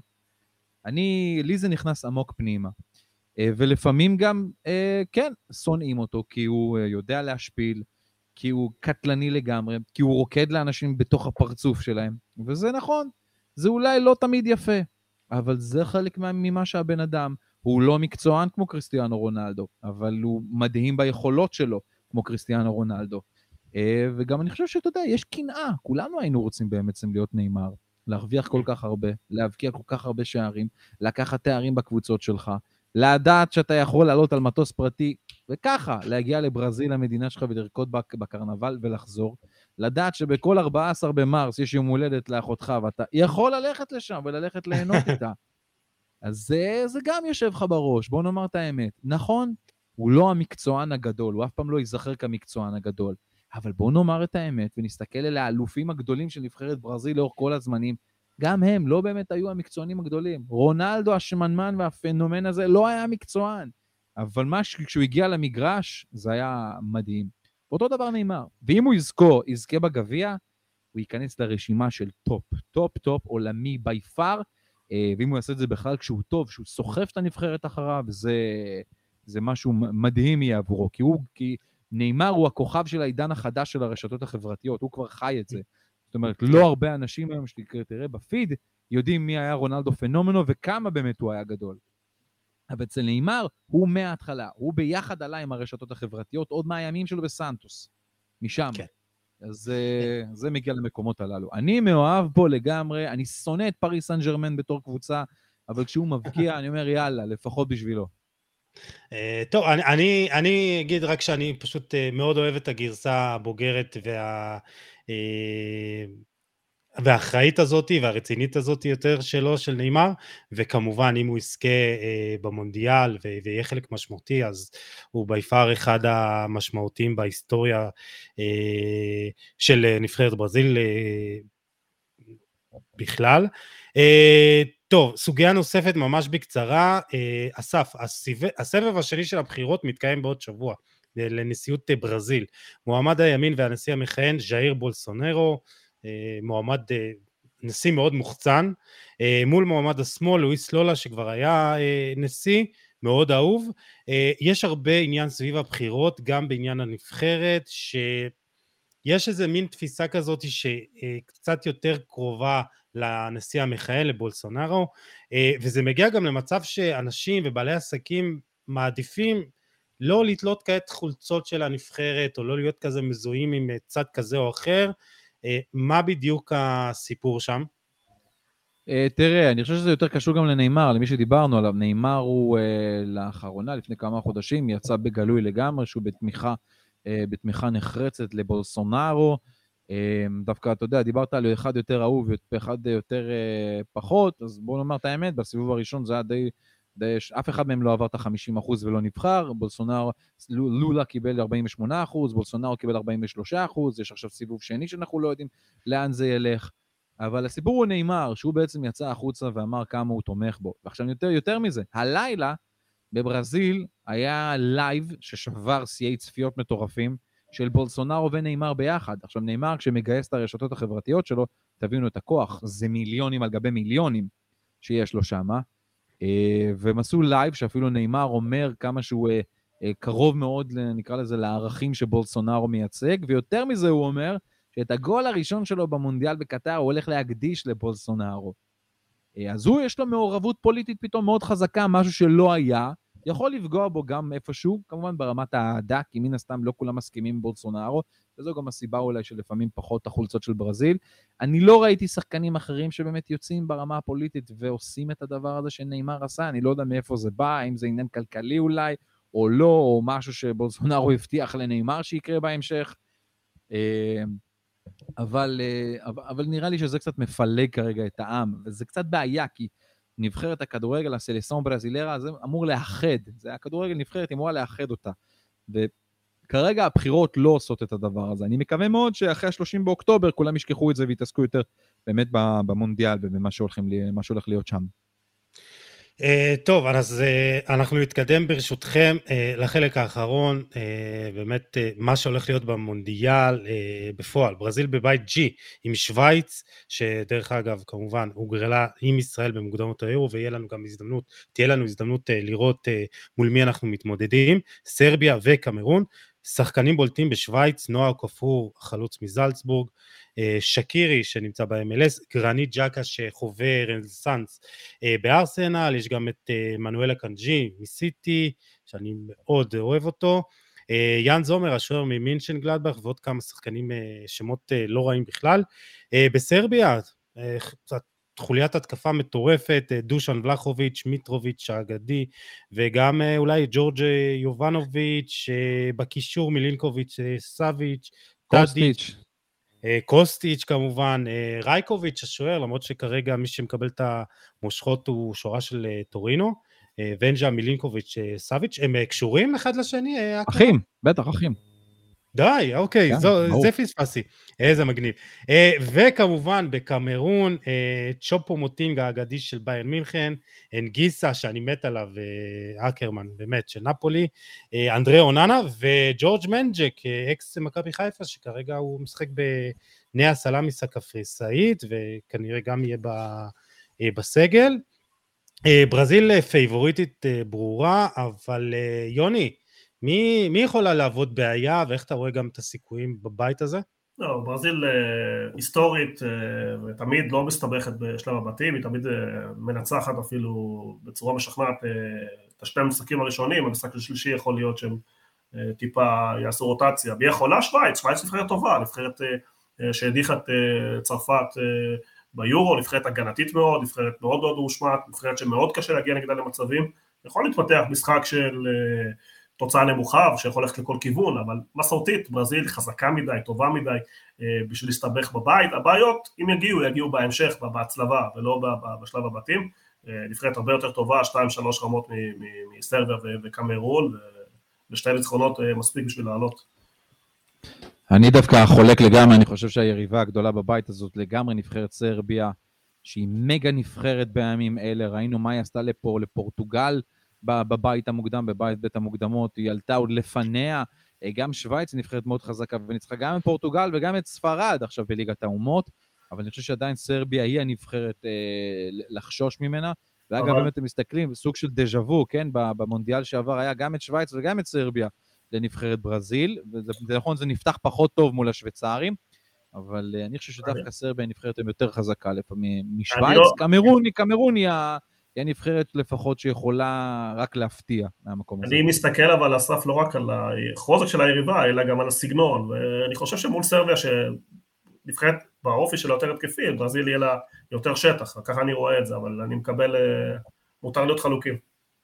Speaker 2: אני, לי זה נכנס עמוק פנימה. אה, ולפעמים גם, אה, כן, שונאים אותו, כי הוא אה, יודע להשפיל, כי הוא קטלני לגמרי, כי הוא רוקד לאנשים בתוך הפרצוף שלהם, וזה נכון, זה אולי לא תמיד יפה, אבל זה חלק ממה שהבן אדם, הוא לא מקצוען כמו קריסטיאנו רונלדו, אבל הוא מדהים ביכולות שלו, כמו קריסטיאנו רונלדו. וגם אני חושב שאתה יודע, יש קנאה, כולנו היינו רוצים באמת להיות ניימר, להרוויח כל כך הרבה, להבקיע כל כך הרבה שערים, לקחת תארים בקבוצות שלך, לדעת שאתה יכול לעלות על מטוס פרטי, וככה, להגיע לברזיל, המדינה שלך, ולרקוד בקרנבל ולחזור, לדעת שבכל ארבעה עשר במרס יש יום הולדת לאחותך, ואתה יכול ללכת לשם וללכת ליהנות איתה. אז זה, זה גם יושב לך בראש, בוא נאמר את האמת. נכון, הוא לא המקצוען הגדול, הוא אף פעם לא ייזכר כמקצוען הגדול, אבל בוא נאמר את האמת, ונסתכל אל האלופים הגדולים של נבחרת ברזיל לאורך כל הזמנים, גם הם לא באמת היו המקצוענים הגדולים. רונלדו, השמנמן והפנומן הזה לא היה מקצוען, אבל מה כשהוא הגיע למגרש, זה היה מדהים. אותו דבר ניימר, ואם הוא יזכור, יזכה בגביע, הוא ייכנס לרשימה של טופ, טופ, טופ, עולמי ביפר, ואם הוא יעשה את זה בכלל כשהוא טוב, שהוא סוחף את הנבחרת אחריו, זה, זה משהו מדהים יהיה עבורו, כי, הוא, כי ניימר הוא הכוכב של העידן החדש של הרשתות החברתיות, הוא כבר חי את זה. זאת אומרת, לא הרבה אנשים היום שתראה בפיד, יודעים מי היה רונלדו פנומנו, וכמה באמת הוא היה גדול. אבל אצל ניימר, הוא מההתחלה, הוא ביחד עלה עם הרשתות החברתיות, עוד מהימים שלו בסנטוס, משם. כן. אז זה מגיע למקומות הללו. אני מאוהב בו לגמרי, אני שונא את פריס סן ז'רמן בתור קבוצה, אבל כשהוא מבקיע, אני אומר, יאללה, לפחות בשבילו.
Speaker 1: טוב, אני, אני אגיד רק שאני פשוט מאוד אוהב את הגרסה הבוגרת וה... והאחראית הזאת והרצינית הזאת יותר שלו, של ניימר, וכמובן אם הוא יזכה אה, במונדיאל ו- ויהיה חלק משמעותי, אז הוא ביפר אחד המשמעותיים בהיסטוריה אה, של נבחרת ברזיל אה, בכלל. אה, טוב, סוגיה נוספת ממש בקצרה, אה, אסף, הסבב, הסבב השני של הבחירות מתקיים בעוד שבוע, לנשיאות ברזיל. מועמד הימין והנשיא המכהן, ז'איר בולסונרו, מועמד נשיא מאוד מוחצן, מול מועמד השמאל, לואיס לולה, שכבר היה נשיא, מאוד אהוב. יש הרבה עניין סביב הבחירות, גם בעניין הנבחרת, שיש איזה מין תפיסה כזאת שקצת יותר קרובה לנשיא המכהן, לבולסונרו, וזה מגיע גם למצב שאנשים ובעלי עסקים מעדיפים לא לתלות כעת חולצות של הנבחרת, או לא להיות כזה מזוהים עם צד כזה או אחר. מה בדיוק הסיפור שם?
Speaker 2: תראה, אני חושב שזה יותר קשור גם לניימר, למי שדיברנו עליו. ניימר הוא לאחרונה, לפני כמה חודשים, יצא בגלוי לגמרי, שהוא בתמיכה, בתמיכה נחרצת לבולסונרו. דווקא, אתה יודע, דיברת על אחד יותר אהוב ואחד יותר פחות, אז בואו נאמר את האמת, בסיבוב הראשון זה היה די... אף אחד מהם לא עבר את ה-חמישים אחוז ולא נבחר, בולסונרו, לולה קיבל ארבעים ושמונה אחוז, בולסונרו קיבל ארבעים ושלושה אחוז, יש עכשיו סיבוב שני שאנחנו לא יודעים לאן זה ילך, אבל הסיפור הוא ניימר, שהוא בעצם יצא החוצה ואמר כמה הוא תומך בו, ועכשיו יותר, יותר מזה, הלילה בברזיל היה לייב ששבר שיאי צפיות מטורפים של בולסונרו וניימר ביחד. עכשיו ניימר כשמגייס את הרשתות החברתיות שלו, תבינו את הכוח, זה מיליונים על גבי מיליונים שיש לו שמה, והם עשו לייב שאפילו ניימר אומר כמה שהוא קרוב מאוד, נקרא לזה, לערכים שבולסונרו מייצג, ויותר מזה הוא אומר שאת הגול הראשון שלו במונדיאל בקטר הוא הולך להקדיש לבולסונרו. אז הוא יש לו מעורבות פוליטית פתאום מאוד חזקה, משהו שלא היה, יכול לפגוע בו גם איפשהו, כמובן ברמת העדה, כי מן הסתם לא כולם מסכימים עם בולסונארו, וזו גם הסיבה אולי שלפעמים פחות החולצות של ברזיל. אני לא ראיתי שחקנים אחרים שבאמת יוצאים ברמה הפוליטית ועושים את הדבר הזה שניימר עשה, אני לא יודע מאיפה זה בא, האם זה עניין כלכלי אולי, או לא, או משהו שבולסונארו הבטיח לניימר שיקרה בהמשך. אבל, אבל, אבל נראה לי שזה קצת מפלג כרגע את העם, וזה קצת בעיה, כי נבחרת הכדורגל, הסלסון ברזילרה, זה אמור לאחד, זה הכדורגל נבחרת, אמורה לאחד אותה, וכרגע הבחירות לא עושות את הדבר הזה, אני מקווה מאוד שאחרי ה-שלושים באוקטובר, כולם ישכחו את זה ויתעסקו יותר באמת במונדיאל, ובמה שהולך להיות שם.
Speaker 1: Uh, טוב, אז uh, אנחנו נתקדם ברשותכם uh, לחלק האחרון, uh, באמת uh, מה שהולך להיות במונדיאל uh, בפועל, ברזיל בבית G עם שוויץ, שדרך אגב כמובן הוגרלה עם ישראל במוקדמות האירו, ויהיה לנו גם הזדמנות, תהיה לנו הזדמנות uh, לראות uh, מול מי אנחנו מתמודדים, סרביה וקמרון, שחקנים בולטים בשוויץ, נועה קפור, חלוץ מזלצבורג, שקירי שנמצא ב-אם אל אס, גרנית ג'קה שחווה רנסנס בארסנל, יש גם את מנואל אקנג'י מסיטי, שאני מאוד אוהב אותו, יאן זומר, השוער ממינשן גלדבך, ועוד כמה שחקנים שמות לא רעים בכלל. בסרביה, חוליית התקפה מטורפת, דושן ולחוביץ', מיטרוביץ' האגדי, וגם אולי ג'ורג' יובנוביץ', בקישור מילינקוביץ', סאביץ',
Speaker 2: קוסטיץ',
Speaker 1: קוסטיץ' כמובן, רייקוביץ' השוער, למרות שכרגע מי שמקבל את המושכות הוא שוערה של טורינו, ונג'ה מילינקוביץ', סאביץ', הם קשורים אחד לשני?
Speaker 2: אחים, בטח אחים.
Speaker 1: די, אוקיי, זה פספסי, איזה מגניב. וכמובן בקמרון, צ'ופו מוטינג האגדי של ביירן מינכן, אנגיסה שאני מת עליו, אקרמן באמת של נפולי, אנדרי אוננה וג'ורג' מנג'ק, אקס מכבי חיפה, שכרגע הוא משחק בניה סלאמיס הקפריסאית, וכנראה גם יהיה בסגל. ברזיל פייבוריטית ברורה, אבל יוני, מי, מי יכולה לעבוד בעיה, ואיך אתה רואה גם את הסיכויים בבית הזה?
Speaker 3: לא, ברזיל היסטורית, ותמיד לא מסתבכת בשלב הבתים, היא תמיד מנצחת אפילו בצורה משכנעת את השתי המשחקים הראשונים, המשחק השלישי יכול להיות שהם טיפה יעשו רוטציה, והיא יכולה שוויץ, שוויץ נבחרת טובה, נבחרת שהדיחה את צרפת ביורו, נבחרת הגנתית מאוד, נבחרת מאוד מאוד מושמעת, נבחרת שמאוד קשה להגיע נגדה למצבים, יכול להתפתח משחק של תוצאה נמוכה, שיכול ללכת לכל כיוון, אבל מסורתית, ברזיל חזקה מדי, טובה מדי, בשביל להסתבך בבית, הבעיות, אם יגיעו, יגיעו בהמשך, בהצלבה, ולא בשלב הבתים, נבחרת הרבה יותר טובה, שתיים, שלוש רמות מסרביה וקמרון, ושתי ניצחונות מספיק בשביל לעלות.
Speaker 2: אני דווקא חולק לגמרי, אני חושב שהיריבה הגדולה בבית הזאת, לגמרי נבחרת סרביה, שהיא מגה נבחרת בימים אלה, ראינו מה היא עשתה לפה, לפורטוגל, בבית המוקדם, בבית בית המוקדמות, היא עלתה עוד לפניה, גם שוויץ נבחרת מאוד חזקה, וניצחה גם את פורטוגל וגם את ספרד עכשיו בליגת האומות, אבל אני חושב שעדיין סרביה היא הנבחרת אה, לחשוש ממנה, ואגב באמת הם מסתכלים, סוג של דז'אבו, כן, במונדיאל שעבר היה גם את שוויץ וגם את סרביה לנבחרת ברזיל, וזה נכון, זה נפתח פחות טוב מול השוויצרים, אבל אני חושב שדווקא סרביה נבחרת הם יותר חזקה לפעמים משוויץ, קמרוני, קמרוני היא הנבחרת לפחות שיכולה רק להפתיע מהמקום הזה.
Speaker 3: אני מסתכל אבל אסף לא רק על החוזק של היריבה, אלא גם על הסגנון, ואני חושב שמול סרביה שנבחרת באופי שלה יותר התקפי, ברזיל יהיה לה יותר שטח, ככה אני רואה את זה, אבל אני מקבל, מותר להיות חלוקים.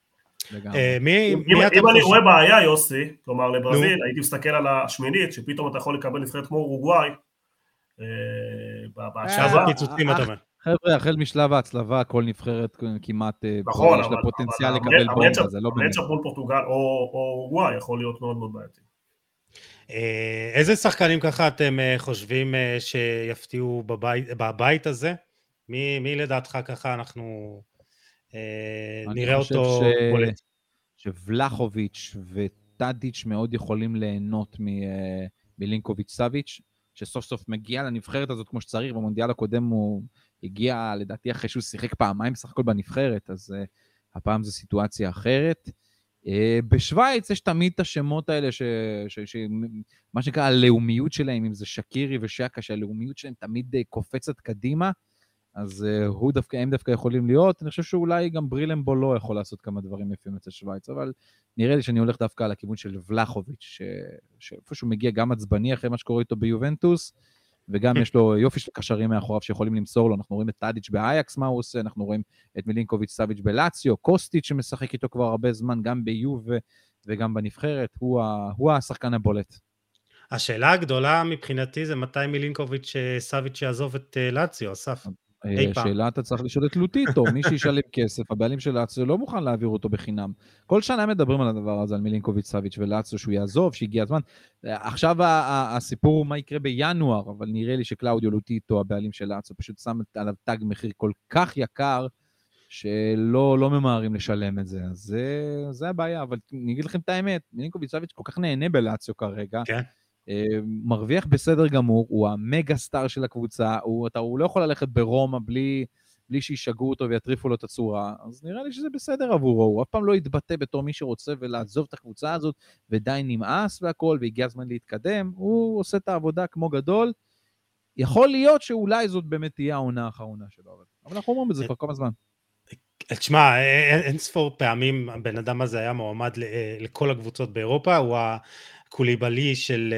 Speaker 3: אם אני רואה בעיה יוסי, כלומר לברזיל, הייתי מסתכל על השמינית, שפתאום אתה יכול לקבל נבחרת כמו אורוגוואי,
Speaker 1: שאז הפיצוצים אתה אומר.
Speaker 2: חבר'ה, החל משלב ההצלבה, כל נבחרת כמעט, יש לה פוטנציאל לקבל בומבה, זה לא באמת.
Speaker 3: המצ'אפ מול פורטוגל או אורוגוואי יכול להיות מאוד מאוד בעייתי.
Speaker 1: איזה שחקנים ככה אתם חושבים שיפתיעו בבית הזה? מי לדעתך ככה אנחנו נראה אותו בולט?
Speaker 2: שוולחוביץ' וטאדיץ' מאוד יכולים ליהנות מלינקוביץ' סאביץ', שסוף סוף מגיע לנבחרת הזאת כמו שצריך, במונדיאל הקודם הוא הגיע לדעתי אחרי שהוא שיחק פעמיים בסך הכל בנבחרת, אז uh, הפעם זו סיטואציה אחרת. Uh, בשוויץ יש תמיד את השמות האלה, ש, ש, ש, מה שנקרא הלאומיות שלהם, אם זה שקירי ושקה, שהלאומיות שלהם תמיד uh, קופצת קדימה, אז הוא דווקא, הם דווקא יכולים להיות, אני חושב שאולי גם ברילנבו לא יכול לעשות כמה דברים יפים אצל שוויץ, אבל נראה לי שאני הולך דווקא על הכיוון של ולחוביץ', שאיפה שהוא מגיע גם עצבני אחרי מה שקורה איתו ביובנטוס, וגם יש לו יופי של קשרים מאחוריו שיכולים למסור לו, אנחנו רואים את טאדיץ' באייקס מה הוא עושה, אנחנו רואים את מילינקוביץ' סאביץ' בלאציו, קוסטיץ' שמשחק איתו כבר הרבה זמן, גם ביוב וגם בנבחרת, הוא, הוא השחקן הבולט.
Speaker 1: השאלה הגדולה מבחינתי זה מתי מילינקוביץ' סאביץ' יעזוב את לאציו, אסף.
Speaker 2: שאלה אתה צריך לשאול את לוטיטו, מי שישלם כסף, הבעלים של לאציו לא מוכן להעביר אותו בחינם. כל שנה מדברים על הדבר הזה, על מילינקוביץ' סאביץ' ולאציו שהוא יעזוב, שהגיע הזמן. עכשיו הסיפור הוא מה יקרה בינואר, אבל נראה לי שקלאודיו לוטיטו, הבעלים של לאציו, פשוט שם עליו תג מחיר כל כך יקר, שלא לא ממהרים לשלם את זה. אז זה, זה הבעיה, אבל אני אגיד לכם את האמת, מילינקוביץ' סאביץ' כל כך נהנה בלאציו כרגע. כן. מרוויח בסדר גמור, הוא המגה סטאר של הקבוצה, הוא, אתה, הוא לא יכול ללכת ברומא בלי, בלי שישגעו אותו ויטריפו לו את הצורה, אז נראה לי שזה בסדר עבורו, הוא אף פעם לא יתבטא בתור מי שרוצה ולעזוב את הקבוצה הזאת, ודי נמאס והכל, והגיע הזמן להתקדם, הוא עושה את העבודה כמו גדול, יכול להיות שאולי זאת באמת תהיה העונה האחרונה שלו, אבל אנחנו אומרים את זה כבר כמה זמן.
Speaker 1: תשמע, אין ספור פעמים הבן אדם הזה היה מועמד לכל הקבוצות באירופה, הוא הקוליבלי של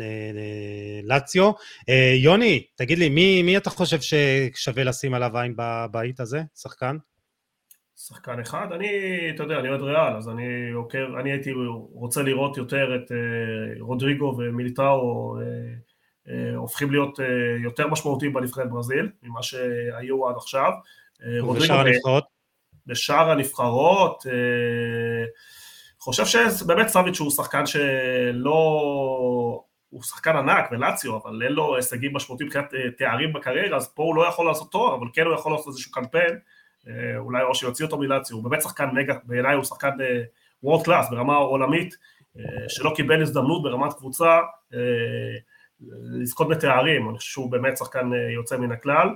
Speaker 1: לאציו. יוני, תגיד לי, מי, מי אתה חושב ששווה לשים עליו עין בבית הזה? שחקן?
Speaker 3: שחקן אחד? אני, אתה יודע, אני עוד ריאל, אז אני עוקב, אני הייתי רוצה לראות יותר את רודריגו ומיליטאו הופכים להיות יותר משמעותיים בנבחרת ברזיל, ממה שהיו עד עכשיו.
Speaker 1: ובשאר הנבחרות?
Speaker 3: בשאר הנבחרות, חושב שבאמת סאביץ' הוא שחקן שלא, הוא שחקן ענק ולאציו, אבל אין לו הישגים משמעותיים מבחינת תארים בקריירה, אז פה הוא לא יכול לעשות תואר, אבל כן הוא יכול לעשות איזשהו קמפיין, אולי או שיוציא אותו מלאציו, הוא באמת שחקן מגה, בעיניי הוא שחקן וורד קלאס, ברמה עולמית, שלא קיבל הזדמנות ברמת קבוצה, לזכות בתארים, אני חושב שהוא באמת שחקן יוצא מן הכלל,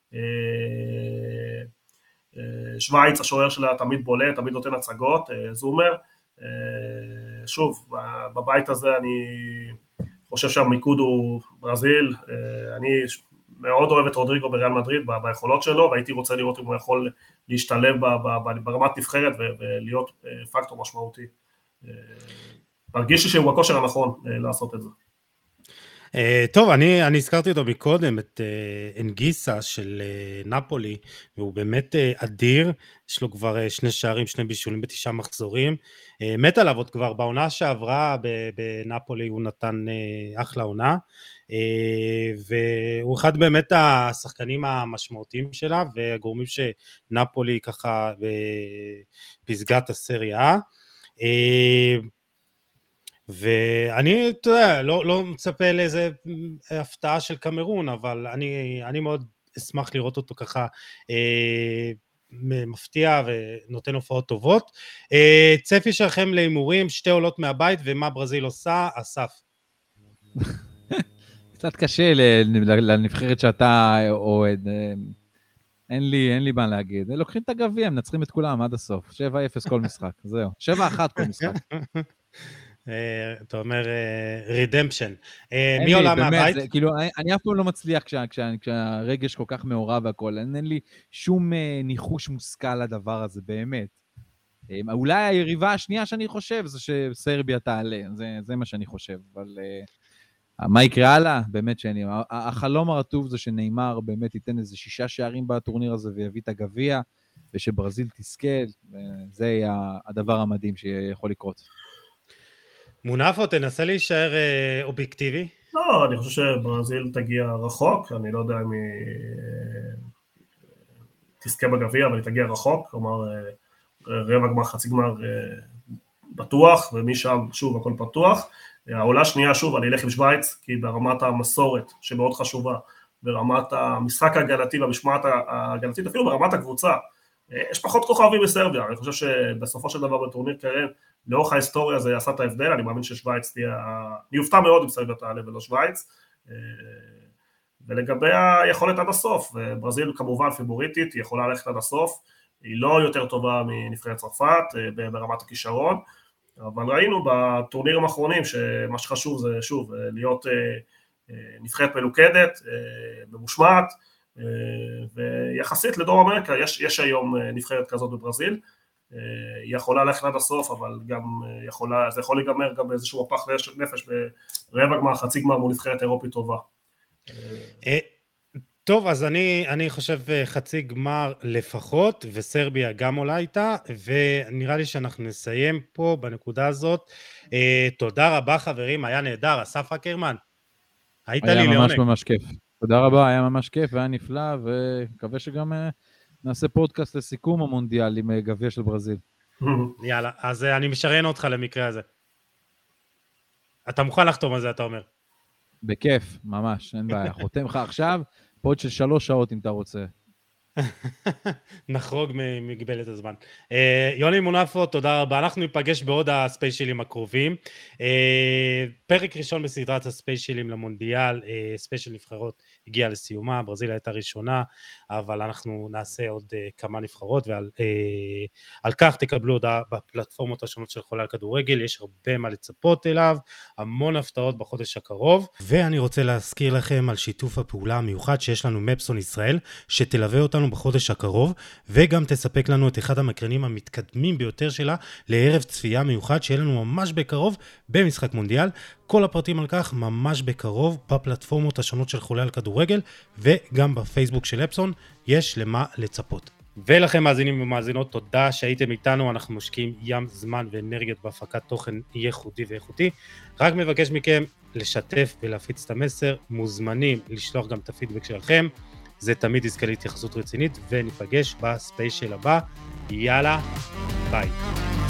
Speaker 3: שוויץ, השוער שלה תמיד בולט, תמיד נותן הצגות, זומר, שוב, בבית הזה אני חושב שהמיקוד הוא ברזיל, אני מאוד אוהב את רודריגו בריאל מדריד ביכולות שלו, והייתי רוצה לראות אם הוא יכול להשתלב ברמת נבחרת ולהיות פקטור משמעותי. מרגיש לי שהוא הכושר הנכון לעשות את זה.
Speaker 1: טוב, אני, אני הזכרתי אותו מקודם, את אנגיסה של נפולי, והוא באמת אדיר, יש לו כבר שני שערים, שני בישולים בתשעה מחזורים, מת עליו עוד כבר בעונה שעברה בנפולי, הוא נתן אחלה עונה, והוא אחד באמת השחקנים המשמעותיים שלה, והגורמים שנפולי ככה בפסגת הסריה. ואני, אתה יודע, לא, לא מצפה לאיזה הפתעה של קמרון, אבל אני, אני מאוד אשמח לראות אותו ככה אה, מפתיע ונותן הופעות טובות. אה, צפי שלכם להימורים, שתי עולות מהבית, ומה ברזיל עושה? אסף.
Speaker 2: קצת קשה לנבחרת שאתה אוהד, אין לי, אין לי מה להגיד. לוקחים את הגביע, הם נצחים את כולם עד הסוף. שבע אפס כל משחק, זהו. שבע אחת כל משחק.
Speaker 1: אתה אומר רידמפשן. מי עולה מהבית?
Speaker 2: כאילו, אני אף פעם לא מצליח כשהרגש כל כך מעורב והכל, אין לי שום ניחוש מושכל לדבר הזה, באמת. אולי היריבה השנייה שאני חושב זה שסרביה תעלה, זה מה שאני חושב, אבל מה יקרה הלאה? באמת שאני, החלום הרטוב זה שניימר באמת ייתן איזה שישה שערים בטורניר הזה ויביא את הגביע, ושברזיל תזכה, זה יהיה הדבר המדהים שיכול לקרות.
Speaker 1: מונפו, תנסה להישאר אה, אובייקטיבי?
Speaker 3: לא, אני חושב שברזיל תגיע רחוק, אני לא יודע אם היא תזכה בגביע, אבל היא תגיע רחוק, כלומר רבע גמר, חצי גמר בטוח, ומשם שוב הכל פתוח. העולה שנייה שוב, אני אלך עם שוויץ, כי ברמת המסורת שמאוד חשובה, ברמת המשחק ההגנתי והמשמעת ההגנתית, אפילו ברמת הקבוצה, יש פחות כוכבים בסרביה, אני חושב שבסופו של דבר בטורניר קרן, לאורך ההיסטוריה זה יעשה את ההבדל, אני מאמין ששוויץ תהיה, אני אופתע מאוד אם סרביה תעלה ולא שוויץ, ולגבי היכולת עד הסוף, ברזיל כמובן פיבוריטית, היא יכולה ללכת עד הסוף, היא לא יותר טובה מנבחרת צרפת ברמת הכישרון, אבל ראינו בטורנירים האחרונים שמה שחשוב זה שוב להיות נבחרת מלוכדת, ממושמעת, ויחסית לדרום אמריקה, יש, יש היום נבחרת כזאת בברזיל, היא יכולה ללכת עד הסוף, אבל גם יכולה, זה יכול להיגמר גם באיזשהו הפך נפש ברבע גמר, חצי גמר מול נבחרת אירופית טובה.
Speaker 1: טוב, אז אני, אני חושב חצי גמר לפחות, וסרביה גם עולה איתה, ונראה לי שאנחנו נסיים פה בנקודה הזאת. תודה רבה חברים, היה נהדר, אסף אקרמן. היית לי לעונג.
Speaker 2: היה ממש ממש כיף. תודה רבה, היה ממש כיף, והיה נפלא, ומקווה שגם נעשה פודקאסט לסיכום המונדיאל עם גביע של ברזיל.
Speaker 1: יאללה, אז אני משרן אותך למקרה הזה. אתה מוכן לחתום על זה, אתה אומר?
Speaker 2: בכיף, ממש, אין בעיה. חותם לך עכשיו, פוד של שלוש שעות אם אתה רוצה.
Speaker 1: נחרוג ממגבלת הזמן. יוני מונפו, תודה רבה. אנחנו ניפגש בעוד הספיישלים הקרובים. פרק ראשון בסדרת הספיישלים למונדיאל, ספיישל נבחרות הגיע לסיומה, ברזיל הייתה ראשונה, אבל אנחנו נעשה עוד כמה נבחרות, ועל על כך תקבלו הודעה בפלטפורמות השונות של חולה על כדורגל, יש הרבה מה לצפות אליו, המון הפתעות בחודש הקרוב, ואני רוצה להזכיר לכם על שיתוף הפעולה המיוחד שיש לנו מפסון ישראל, שתלווה אותנו בחודש הקרוב, וגם תספק לנו את אחד המקרנים המתקדמים ביותר שלה, לערב צפייה מיוחד שיהיה לנו ממש בקרוב במשחק מונדיאל. כל הפרטים על כך ממש בקרוב בפלטפורמות השונות של חולה על כדורגל, וגם בפייסבוק של אפסון יש למה לצפות. ולכם מאזינים ומאזינות, תודה שהייתם איתנו, אנחנו משקיעים ים זמן ואנרגיות בהפקת תוכן ייחודי ואיכותי. רק מבקש מכם לשתף ולהפיץ את המסר, מוזמנים לשלוח גם את הפידבק שלכם, זה תמיד יזכה להתייחסות רצינית, וניפגש בספיישל הבא. יאללה, ביי.